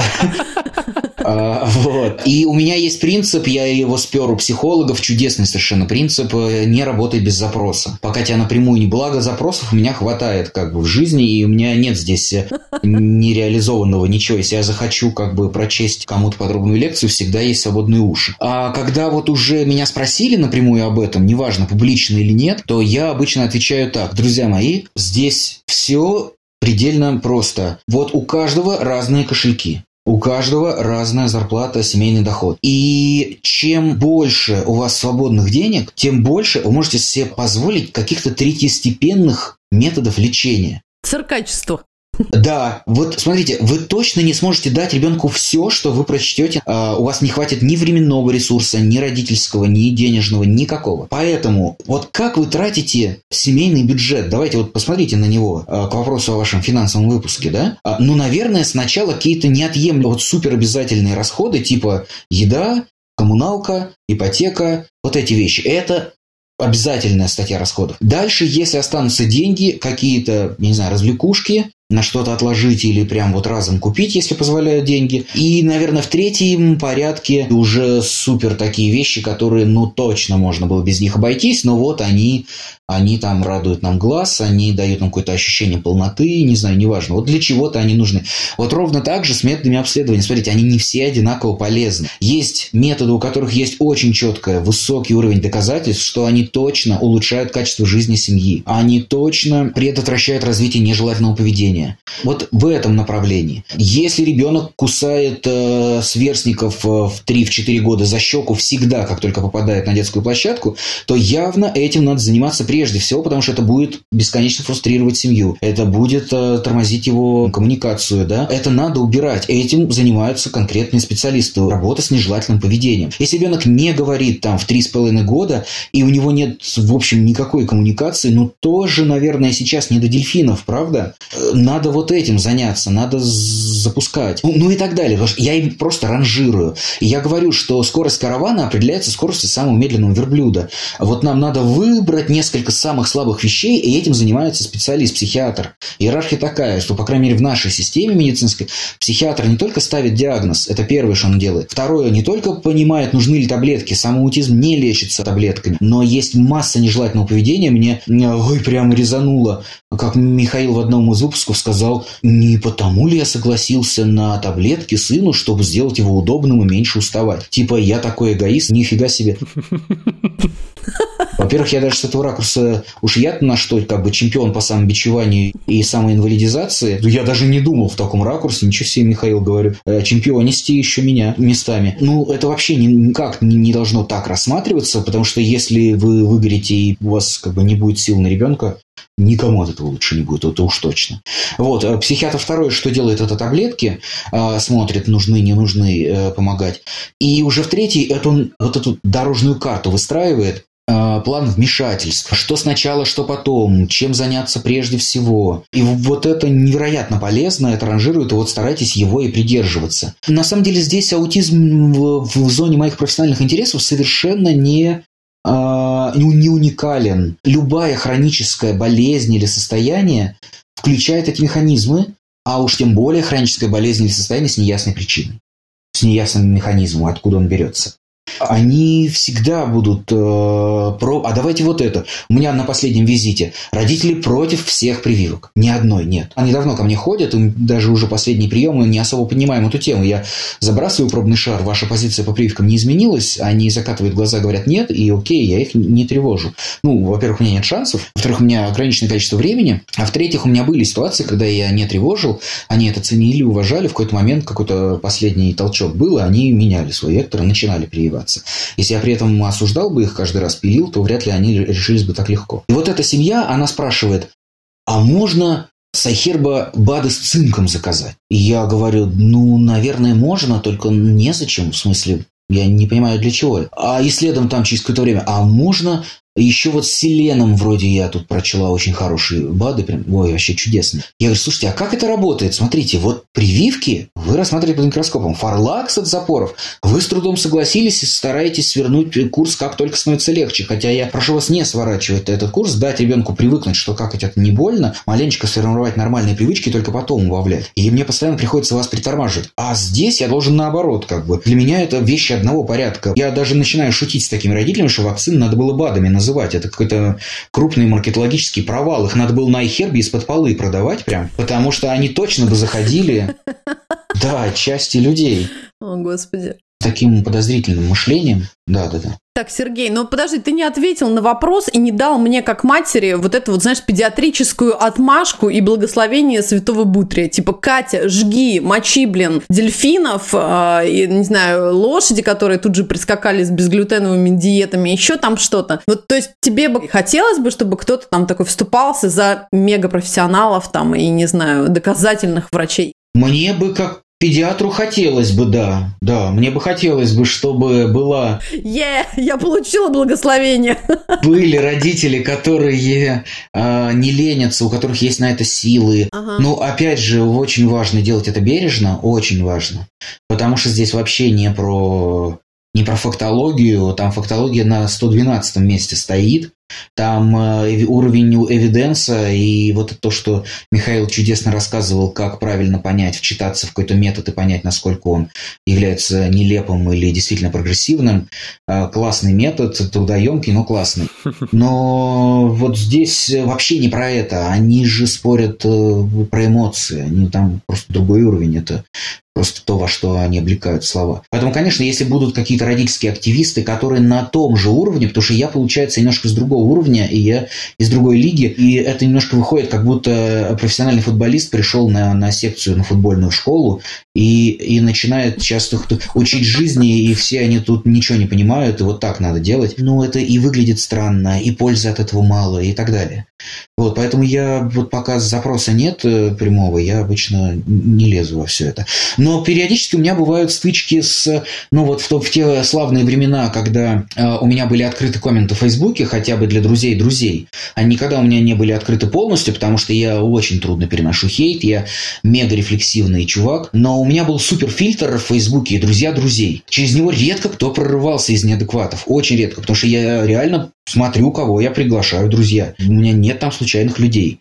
Вот. И у меня есть принцип, я его спер у психологов, чудесный совершенно принцип, не работай без запроса. Пока тебя напрямую не благо запросов, у меня хватает в жизни, и у меня нет здесь нереализованного ничего. Если я захочу прочесть кому-то подробную лекцию, всегда есть свободные уши. А когда вот уже меня спросили напрямую об этом, неважно, публично или нет, то я обычно отвечаю так: друзья мои, здесь все предельно просто. Вот у каждого разные кошельки. У каждого разная зарплата, семейный доход. И чем больше у вас свободных денег, тем больше вы можете себе позволить каких-то третьестепенных методов лечения. Циркачество. Да, вот смотрите, вы точно не сможете дать ребенку все, что вы прочтете. У вас не хватит ни временного ресурса, ни родительского, ни денежного, никакого. Поэтому вот как вы тратите семейный бюджет? Давайте вот посмотрите на него к вопросу о вашем финансовом выпуске, да? Наверное, сначала какие-то неотъемлемые, суперобязательные расходы, типа еда, коммуналка, ипотека, вот эти вещи. Это обязательная статья расходов. Дальше, если останутся деньги, какие-то, развлекушки, на что-то отложить или прям вот разом купить, если позволяют деньги. И, наверное, в третьем порядке уже супер такие вещи, которые, точно можно было без них обойтись, но вот они там радуют нам глаз, они дают нам какое-то ощущение полноты, не знаю, неважно. Вот для чего-то они нужны. Вот ровно так же с методами обследования. Смотрите, они не все одинаково полезны. Есть методы, у которых есть очень четкий, высокий уровень доказательств, что они точно улучшают качество жизни семьи. Они точно предотвращают развитие нежелательного поведения. Вот в этом направлении. Если ребенок кусает сверстников в 3-4 года за щеку всегда, как только попадает на детскую площадку, то явно этим надо заниматься прежде всего, потому что это будет бесконечно фрустрировать семью. Это будет тормозить его коммуникацию. Да? Это надо убирать. Этим занимаются конкретные специалисты. Работа с нежелательным поведением. Если ребенок не говорит в 3,5 года, и у него нет, в общем, никакой коммуникации, тоже, наверное, сейчас не до дельфинов, правда? Надо вот этим заняться, надо запускать. И так далее. Потому что я им просто ранжирую. И я говорю, что скорость каравана определяется скоростью самого медленного верблюда. Вот нам надо выбрать несколько самых слабых вещей, и этим занимается специалист, психиатр. Иерархия такая, что, по крайней мере, в нашей системе медицинской психиатр не только ставит диагноз, это первое, что он делает. Второе, не только понимает, нужны ли таблетки, сам аутизм не лечится таблетками, но есть масса нежелательного поведения. Мне прям резануло, как Михаил в одном из выпусков сказал: не потому ли я согласился на таблетки сыну, чтобы сделать его удобным и меньше уставать. Типа, я такой эгоист, нифига себе. Во-первых, я даже с этого ракурса, уж я-то на что, чемпион по самобичеванию и самоинвалидизации, я даже не думал в таком ракурсе, ничего себе, Михаил, говорю, чемпионисти еще меня местами. Это вообще никак не должно так рассматриваться, потому что если вы выгорите и у вас не будет сил на ребенка, никому от этого лучше не будет, это уж точно. Вот, психиатр второй, что делает, это таблетки, смотрит, нужны, не нужны, помогать. И уже в третий, он вот эту дорожную карту выстраивает, план вмешательств. Что сначала, что потом, чем заняться прежде всего. И вот это невероятно полезно, это ранжирует, и вот старайтесь его и придерживаться. На самом деле здесь аутизм в зоне моих профессиональных интересов совершенно не уникален. Любая хроническая болезнь или состояние включает эти механизмы, а уж тем более хроническая болезнь или состояние с неясной причиной, с неясным механизмом, откуда он берется. они всегда будут а давайте вот это. У меня на последнем визите родители против всех прививок. Ни одной нет. Они давно ко мне ходят, и даже уже последние приемы не особо понимаем эту тему. Я забрасываю пробный шар, ваша позиция по прививкам не изменилась, они закатывают глаза, говорят нет, и окей, я их не тревожу. Ну, во-первых, у меня нет шансов, во-вторых, у меня ограниченное количество времени, а в-третьих, у меня были ситуации, когда я не тревожил, они это ценили, уважали, в какой-то момент какой-то последний толчок был, и они меняли свой вектор и начинали прививаться. Если я при этом осуждал бы их, каждый раз пилил, то вряд ли они решились бы так легко. И вот эта семья, она спрашивает, а можно сайхерба БАДы с цинком заказать? И я говорю, ну, наверное, можно, только незачем, в смысле, я не понимаю, для чего. А и следом там через какое-то время, а можно еще вот с селеном вроде я тут прочла очень хорошие БАДы, прям, ой, вообще чудесно. Я говорю, слушайте, а как это работает? Смотрите, вот прививки вы рассматриваете под микроскопом, фарлакс от запоров, вы с трудом согласились и стараетесь свернуть курс, как только становится легче. Хотя я прошу вас не сворачивать этот курс, дать ребенку привыкнуть, что какать это не больно, маленечко сформировать нормальные привычки и только потом убавлять. И мне постоянно приходится вас притормаживать. А здесь я должен наоборот, как бы. Для меня это вещи одного порядка. Я даже начинаю шутить с такими родителями, что вакцины надо было БАДами называть. Это какой-то крупный маркетологический провал. Их надо было на iHerb из-под полы продавать прям, потому что они точно бы заходили, да, части людей. О, Господи. Таким подозрительным мышлением. Да. Так, Сергей, ну подожди, ты не ответил на вопрос и не дал мне, как матери, вот эту вот, знаешь, педиатрическую отмашку и благословение святого Бутрия. Типа, Катя, жги, мочи, дельфинов, не знаю, лошади, которые тут же прискакали с безглютеновыми диетами, еще там что-то. Вот, то есть тебе бы хотелось бы, чтобы кто-то там такой вступался за мегапрофессионалов там и, не знаю, доказательных врачей? Мне бы как педиатру хотелось бы, да, мне бы хотелось бы, чтобы была... Я получила благословение. Были родители, которые не ленятся, у которых есть на это силы. Ага. Но, опять же, очень важно делать это бережно, очень важно. Потому что здесь вообще не про фактологию, там фактология на 112 месте стоит. Там уровень эвиденса и вот то, что Михаил чудесно рассказывал, как правильно понять, вчитаться в какой-то метод и понять, насколько он является нелепым или действительно прогрессивным. Классный метод, трудоемкий, но классный. Но вот здесь вообще не про это. Они же спорят про эмоции. Они там просто другой уровень. Это просто то, во что они облекают слова. Поэтому, конечно, если будут какие-то родительские активисты, которые на том же уровне, потому что я, получается, немножко с другого уровня, и я из другой лиги, и это немножко выходит, как будто профессиональный футболист пришел на секцию, на футбольную школу, и начинает часто учить жизни, и все они тут ничего не понимают, и вот так надо делать. Ну, это и выглядит странно, и пользы от этого мало, и так далее. Вот, поэтому я, вот пока запроса нет прямого, я обычно не лезу во все это. Но периодически у меня бывают стычки в те славные времена, когда у меня были открыты комменты в Фейсбуке, хотя бы для друзей. Они никогда у меня не были открыты полностью, потому что я очень трудно переношу хейт, я мега рефлексивный чувак. Но у меня был супер фильтр в Фейсбуке и друзья друзей. Через него редко кто прорывался из неадекватов. Очень редко, потому что я реально смотрю, кого я приглашаю в друзья. У меня нет там случайных людей.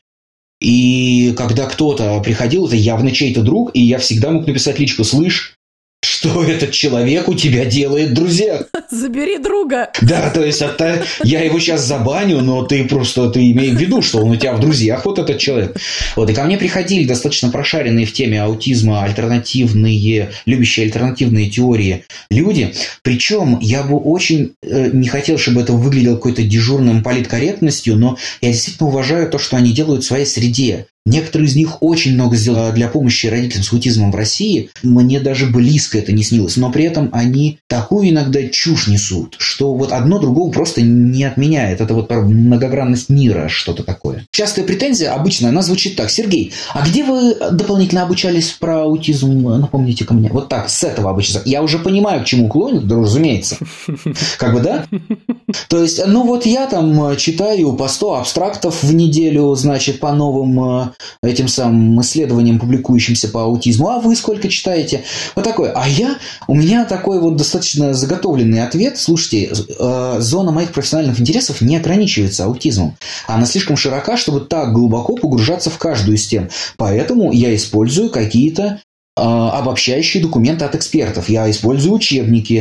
И когда кто-то приходил, это явно чей-то друг, и я всегда мог написать личку: слышь, что этот человек у тебя делает в друзьях? Забери друга. Да, то есть я его сейчас забаню, но ты имей в виду, что он у тебя в друзьях, вот этот человек. Вот, и ко мне приходили достаточно прошаренные в теме аутизма любящие альтернативные теории люди. Причем я бы очень не хотел, чтобы это выглядело какой-то дежурным политкорректностью, но я действительно уважаю то, что они делают в своей среде. Некоторые из них очень много сделали для помощи родителям с аутизмом в России. Мне даже близко это не снилось. Но при этом они такую иногда чушь несут, что вот одно другого просто не отменяет. Это вот про многогранность мира, что-то такое. Частая претензия обычно, она звучит так: Сергей, а где вы дополнительно обучались про аутизм? Напомните-ка мне. Вот так, с этого обычно. Я уже понимаю, к чему клонят, да, разумеется. Как бы, да? То есть, я там читаю по 100 абстрактов в неделю, значит, по новым этим самым исследованиям, публикующимся по аутизму. А вы сколько читаете? Вот такое. У меня такой вот достаточно заготовленный ответ. Слушайте, зона моих профессиональных интересов не ограничивается аутизмом. Она слишком широка, чтобы так глубоко погружаться в каждую из тем. Поэтому я использую какие-то обобщающие документы от экспертов. Я использую учебники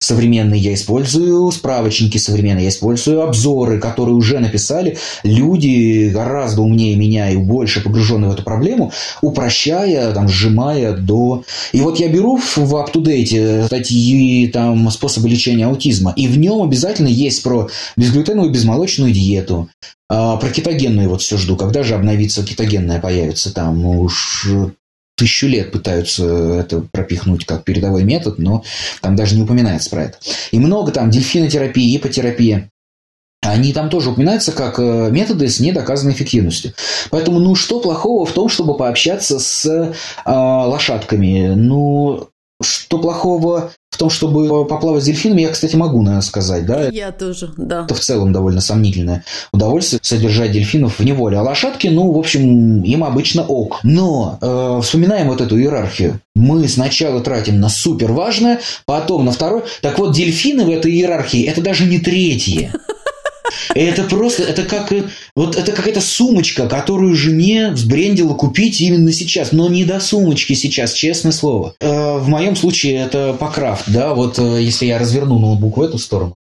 современные, я использую справочники современные, я использую обзоры, которые уже написали люди гораздо умнее меня и больше погруженные в эту проблему, упрощая, там, сжимая до... И вот я беру в UpToDate статьи, там, способы лечения аутизма, и в нем обязательно есть про безглютеновую, безмолочную диету, про кетогенную вот все жду, когда же обновится кетогенная появится там, ну уж 1000 лет пытаются это пропихнуть как передовой метод, но там даже не упоминается про это. И много там дельфинотерапии, ипотерапия. Они там тоже упоминаются как методы с недоказанной эффективностью. Поэтому, ну, что плохого в том, чтобы пообщаться с лошадками? Ну, что плохого в том, чтобы поплавать с дельфинами, я, кстати, могу, наверное, сказать, да? Я тоже, да. Это в целом довольно сомнительное удовольствие содержать дельфинов в неволе. А лошадки, ну, в общем, им обычно ок. Но вспоминаем вот эту иерархию. Мы сначала тратим на супер важное, потом на второе. Так вот, дельфины в этой иерархии – это даже не третье. Это просто, это как, вот это какая-то сумочка, которую жене взбрендило купить именно сейчас, но не до сумочки сейчас, честное слово. В моем случае это Покрафт, да, вот если я разверну ноутбук в эту сторону,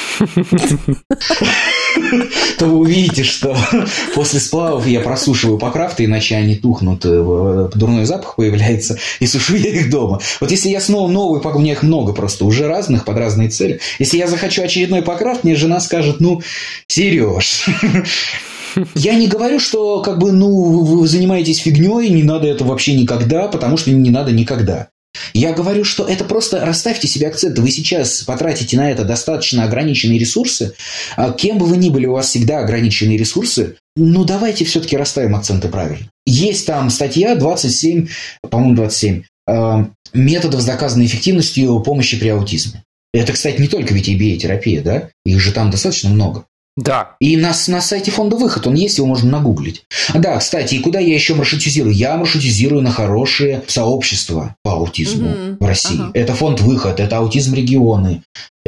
то вы увидите, что после сплавов я просушиваю Покрафты, иначе они тухнут, дурной запах появляется, и сушу я их дома. Вот если я снова новый, у меня их много просто, уже разных, под разные цели. Если я захочу очередной Покрафт, мне жена скажет, ну, Сереж, я не говорю, что как бы, ну, вы занимаетесь фигней, не надо это вообще никогда, потому что не надо никогда. Я говорю, что это просто расставьте себе акценты. Вы сейчас потратите на это достаточно ограниченные ресурсы. Кем бы вы ни были, у вас всегда ограниченные ресурсы. Ну, давайте все-таки расставим акценты правильно. Есть там статья 27, по-моему, 27, методов с доказанной эффективностью помощи при аутизме. Это, кстати, не только VTBA-терапия, да? Их же там достаточно много. Да. И на сайте фонда «Выход» он есть, его можно нагуглить. Да, кстати, и куда я еще маршрутизирую? Я маршрутизирую на хорошие сообщества по аутизму в России. Ага. Это фонд «Выход», это «Аутизм регионы»,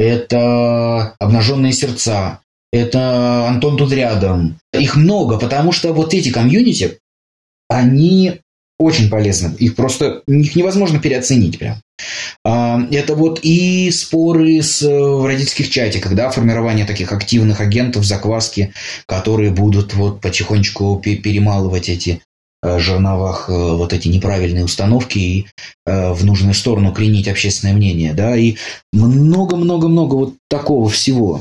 это «Обнаженные сердца», это «Антон тут рядом». Их много, потому что вот эти комьюнити, они очень полезны. Их невозможно переоценить прям. Это вот и споры в родительских чатиках, да, формирование таких активных агентов закваски, которые будут вот потихонечку перемалывать эти жерновах вот эти неправильные установки и в нужную сторону клинить общественное мнение, да, и много-много-много вот такого всего.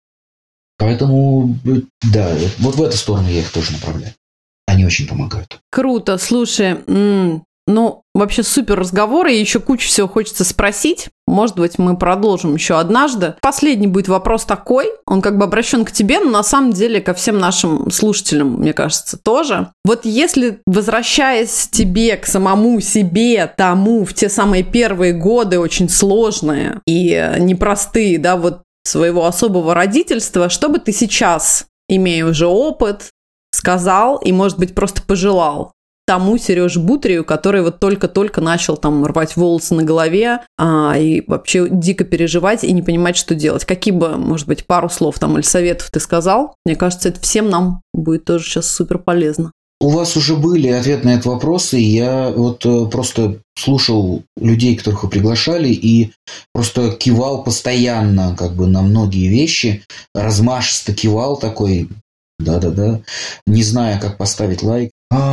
Поэтому, да, вот в эту сторону я их тоже направляю. Они очень помогают. Круто, слушай, ну, вообще супер разговор, и еще кучу всего хочется спросить. Может быть, мы продолжим еще однажды. Последний будет вопрос такой, он как бы обращен к тебе, но на самом деле ко всем нашим слушателям, мне кажется, тоже. Вот если, возвращаясь тебе, к самому себе, тому, в те самые первые годы, очень сложные и непростые, да, вот своего особого родительства, что бы ты сейчас, имея уже опыт, сказал и, может быть, просто пожелал тому Сереже Бутрию, который вот только-только начал там рвать волосы на голове и вообще дико переживать и не понимать, что делать. Какие бы, может быть, пару слов там или советов ты сказал? Мне кажется, это всем нам будет тоже сейчас супер полезно. У вас уже были ответы на этот вопрос, и я вот просто слушал людей, которых вы приглашали, и просто кивал постоянно как бы на многие вещи, размашисто кивал такой, да-да-да, не зная, как поставить лайк.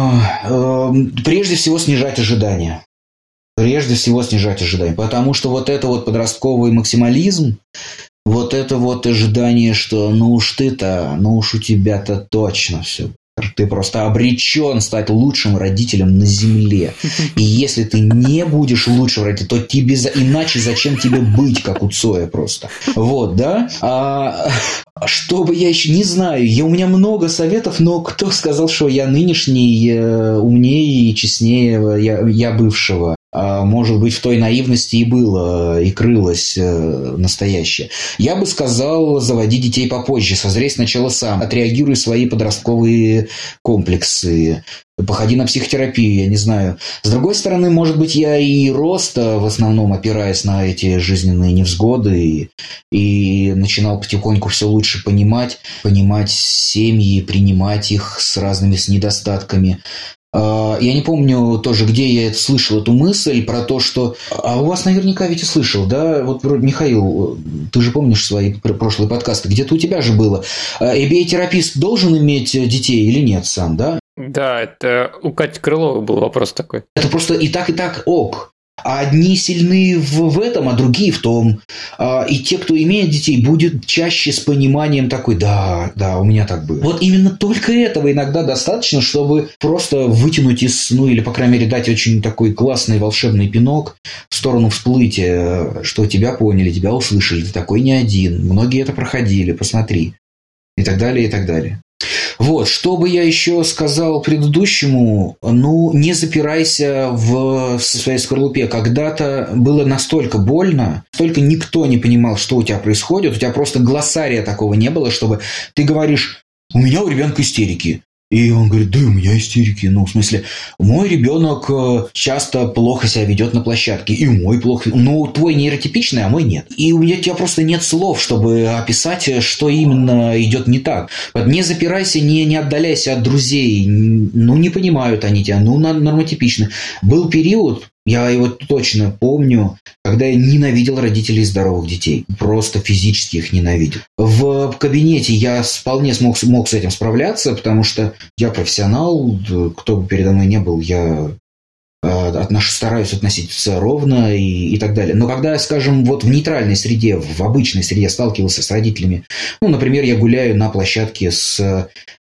Прежде всего снижать ожидания. Потому что вот это вот подростковый максимализм, вот это вот ожидание, что ну уж ты-то, ну уж у тебя-то точно все. Ты просто обречен стать лучшим родителем на земле. И если ты не будешь лучшим родителем, то тебе иначе зачем тебе быть, как у Цоя просто. Вот, да? Что бы я еще не знаю. У меня много советов, но кто сказал, что я нынешний умнее и честнее я бывшего? Может быть, в той наивности и было, и крылось настоящее. Я бы сказал, заводи детей попозже, созрей сначала сам, отреагируй свои подростковые комплексы, походи на психотерапию, я не знаю. С другой стороны, может быть, я и рос в основном, опираясь на эти жизненные невзгоды, и начинал потихоньку все лучше понимать семьи, принимать их с разными недостатками. Я не помню тоже, где я это слышал, эту мысль про то, что... А у вас наверняка ведь и слышал, да? Вот вроде, Михаил, ты же помнишь свои прошлые подкасты, где-то у тебя же было. ABA-терапевт должен иметь детей или нет сам, да? Да, это у Кати Крыловой был вопрос такой. Это просто и так ок. А одни сильны в этом, а другие в том. И те, кто имеет детей, будет чаще с пониманием такой, да, у меня так было. Вот именно только этого иногда достаточно, чтобы просто вытянуть или, по крайней мере, дать очень такой классный волшебный пинок в сторону всплытия, что тебя поняли, тебя услышали, ты такой не один, многие это проходили, посмотри. И так далее, и так далее. Вот, что бы я еще сказал предыдущему, не запирайся в своей скорлупе. Когда-то было настолько больно, настолько никто не понимал, что у тебя происходит, у тебя просто глоссария такого не было, чтобы ты говоришь, у меня у ребенка истерики. И он говорит, да, у меня истерики. В смысле, мой ребенок часто плохо себя ведет на площадке, и мой плохо. Твой нейротипичный, а мой нет. И у тебя просто нет слов, чтобы описать, что именно идет не так. Не запирайся, не отдаляйся от друзей. Не понимают они тебя, нормотипичны. Был период, я его точно помню, когда я ненавидел родителей здоровых детей. Просто физически их ненавидел. В кабинете я вполне смог с этим справляться, потому что я профессионал, кто бы передо мной не был, я стараюсь относиться ровно и так далее. Но когда, скажем, вот в нейтральной среде, в обычной среде сталкивался с родителями, например, я гуляю на площадке с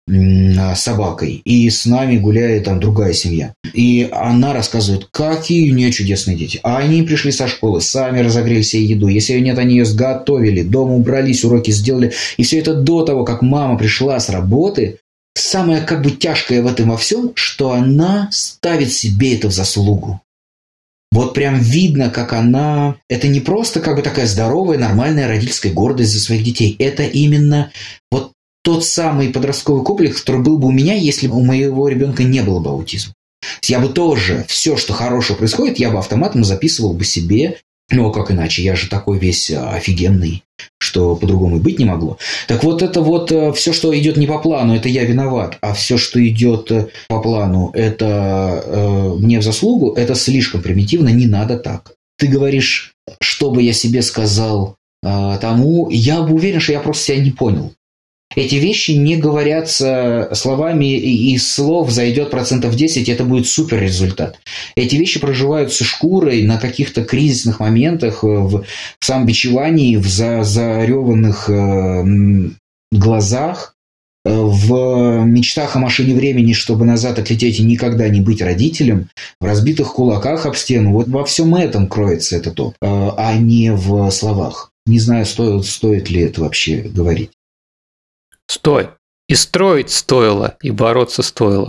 собакой, и с нами гуляет там другая семья. И она рассказывает, какие у нее чудесные дети. А они пришли со школы, сами разогрели себе еду. Если ее нет, они ее сготовили, дома убрались, уроки сделали. И все это до того, как мама пришла с работы. Самое тяжкое в этом во всем, что она ставит себе это в заслугу. Вот прям видно, как она... Это не просто такая здоровая, нормальная родительская гордость за своих детей. Это именно вот тот самый подростковый комплекс, который был бы у меня, если бы у моего ребенка не было бы аутизма. Я бы тоже все, что хорошего происходит, я бы автоматом записывал бы себе. А как иначе? Я же такой весь офигенный, что по-другому и быть не могло. Так вот это все, что идет не по плану, это я виноват. А все, что идет по плану, это мне в заслугу, это слишком примитивно, не надо так. Ты говоришь, что бы я себе сказал тому, я бы уверен, что я просто себя не понял. Эти вещи не говорятся словами, и из слов зайдет 10%, это будет супер результат. Эти вещи проживаются шкурой на каких-то кризисных моментах, в самобичевании, в зареванных глазах, в мечтах о машине времени, чтобы назад отлететь и никогда не быть родителем, в разбитых кулаках об стену. Вот во всем этом кроется этот опыт, а не в словах. Не знаю, стоит ли это вообще говорить. Стой. И строить стоило, и бороться стоило.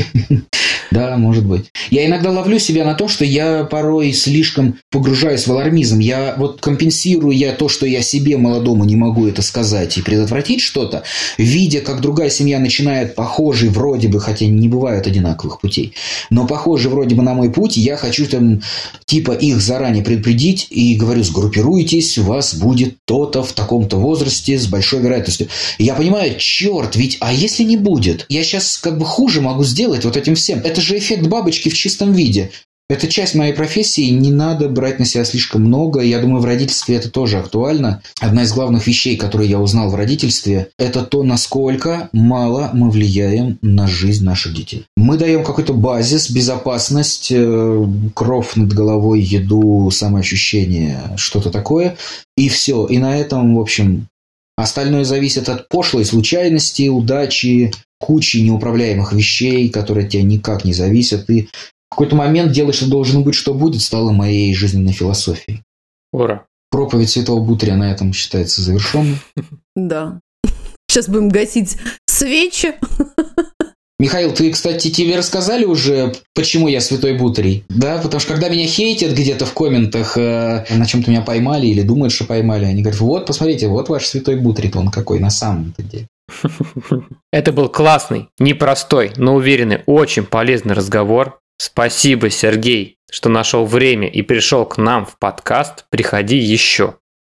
Да, может быть. Я иногда ловлю себя на том, что я порой слишком погружаюсь в алармизм. Я компенсирую то, что я себе молодому не могу это сказать и предотвратить что-то, видя, как другая семья начинает похожий вроде бы, хотя не бывает одинаковых путей, но похожий вроде бы на мой путь, я хочу их заранее предупредить и говорю, сгруппируйтесь, у вас будет то-то в таком-то возрасте с большой вероятностью. И я понимаю, черт, а если не будет? Я сейчас хуже могу сделать вот этим всем. Это же эффект бабочки в чистом виде. Это часть моей профессии, не надо брать на себя слишком много. Я думаю, в родительстве это тоже актуально. Одна из главных вещей, которые я узнал в родительстве, это то, насколько мало мы влияем на жизнь наших детей. Мы даем какой-то базис, безопасность, кров над головой, еду, самоощущение, что-то такое. И все. И на этом, в общем, остальное зависит от пошлой случайности, удачи, кучи неуправляемых вещей, которые от тебя никак не зависят. И в какой-то момент делай, что должно быть, что будет, стало моей жизненной философией. Ура! Проповедь Святого Бутрия на этом считается завершенной. Да. Сейчас будем гасить свечи. Михаил, тебе рассказали уже, почему я Святой Бутрий? Да, потому что когда меня хейтят где-то в комментах, на чем-то меня поймали или думают, что поймали, они говорят, вот, посмотрите, вот ваш Святой Бутрий, он какой на самом-то деле. Это был классный, непростой, но уверенный, очень полезный разговор. Спасибо, Сергей, что нашел время и пришел к нам в подкаст. Приходи еще.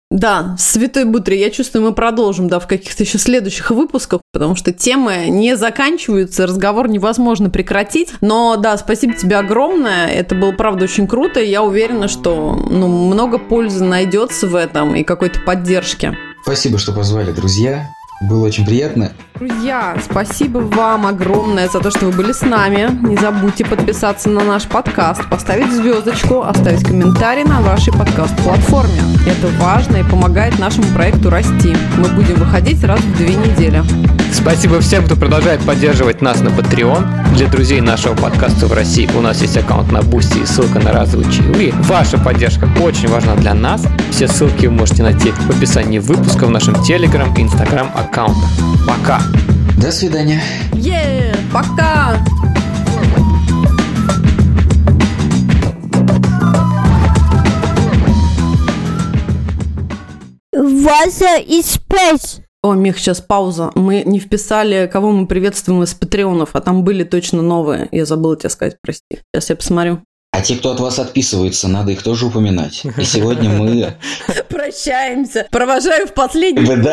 Да, Святой Бутри, я чувствую, мы продолжим, да, в каких-то еще следующих выпусках, потому что темы не заканчиваются, разговор невозможно прекратить. Но да, спасибо тебе огромное, это было, правда, очень круто, и я уверена, что много пользы найдется в этом и какой-то поддержки. Спасибо, что позвали, друзья. Было очень приятно. Друзья, спасибо вам огромное за то, что вы были с нами. Не забудьте подписаться на наш подкаст, поставить звездочку, оставить комментарий на вашей подкаст-платформе. Это важно и помогает нашему проекту расти. Мы будем выходить раз в 2 недели. Спасибо всем, кто продолжает поддерживать нас на Patreon. Для друзей нашего подкаста в России у нас есть аккаунт на Boosty и ссылка на разовые чаевые. Ваша поддержка очень важна для нас. Все ссылки вы можете найти в описании выпуска в нашем Telegram и Instagram аккаунтах. Пока! До свидания! Пока! Wasser is space. О, Мих, сейчас пауза. Мы не вписали, кого мы приветствуем из патреонов, а там были точно новые. Я забыла тебе сказать, прости. Сейчас я посмотрю. А те, кто от вас отписывается, надо их тоже упоминать. И сегодня мы... Прощаемся. Провожаю в последний... Да.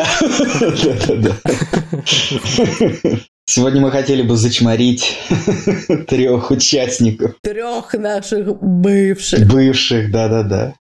Сегодня мы хотели бы зачморить 3 участников. 3 наших бывших. Бывших, да.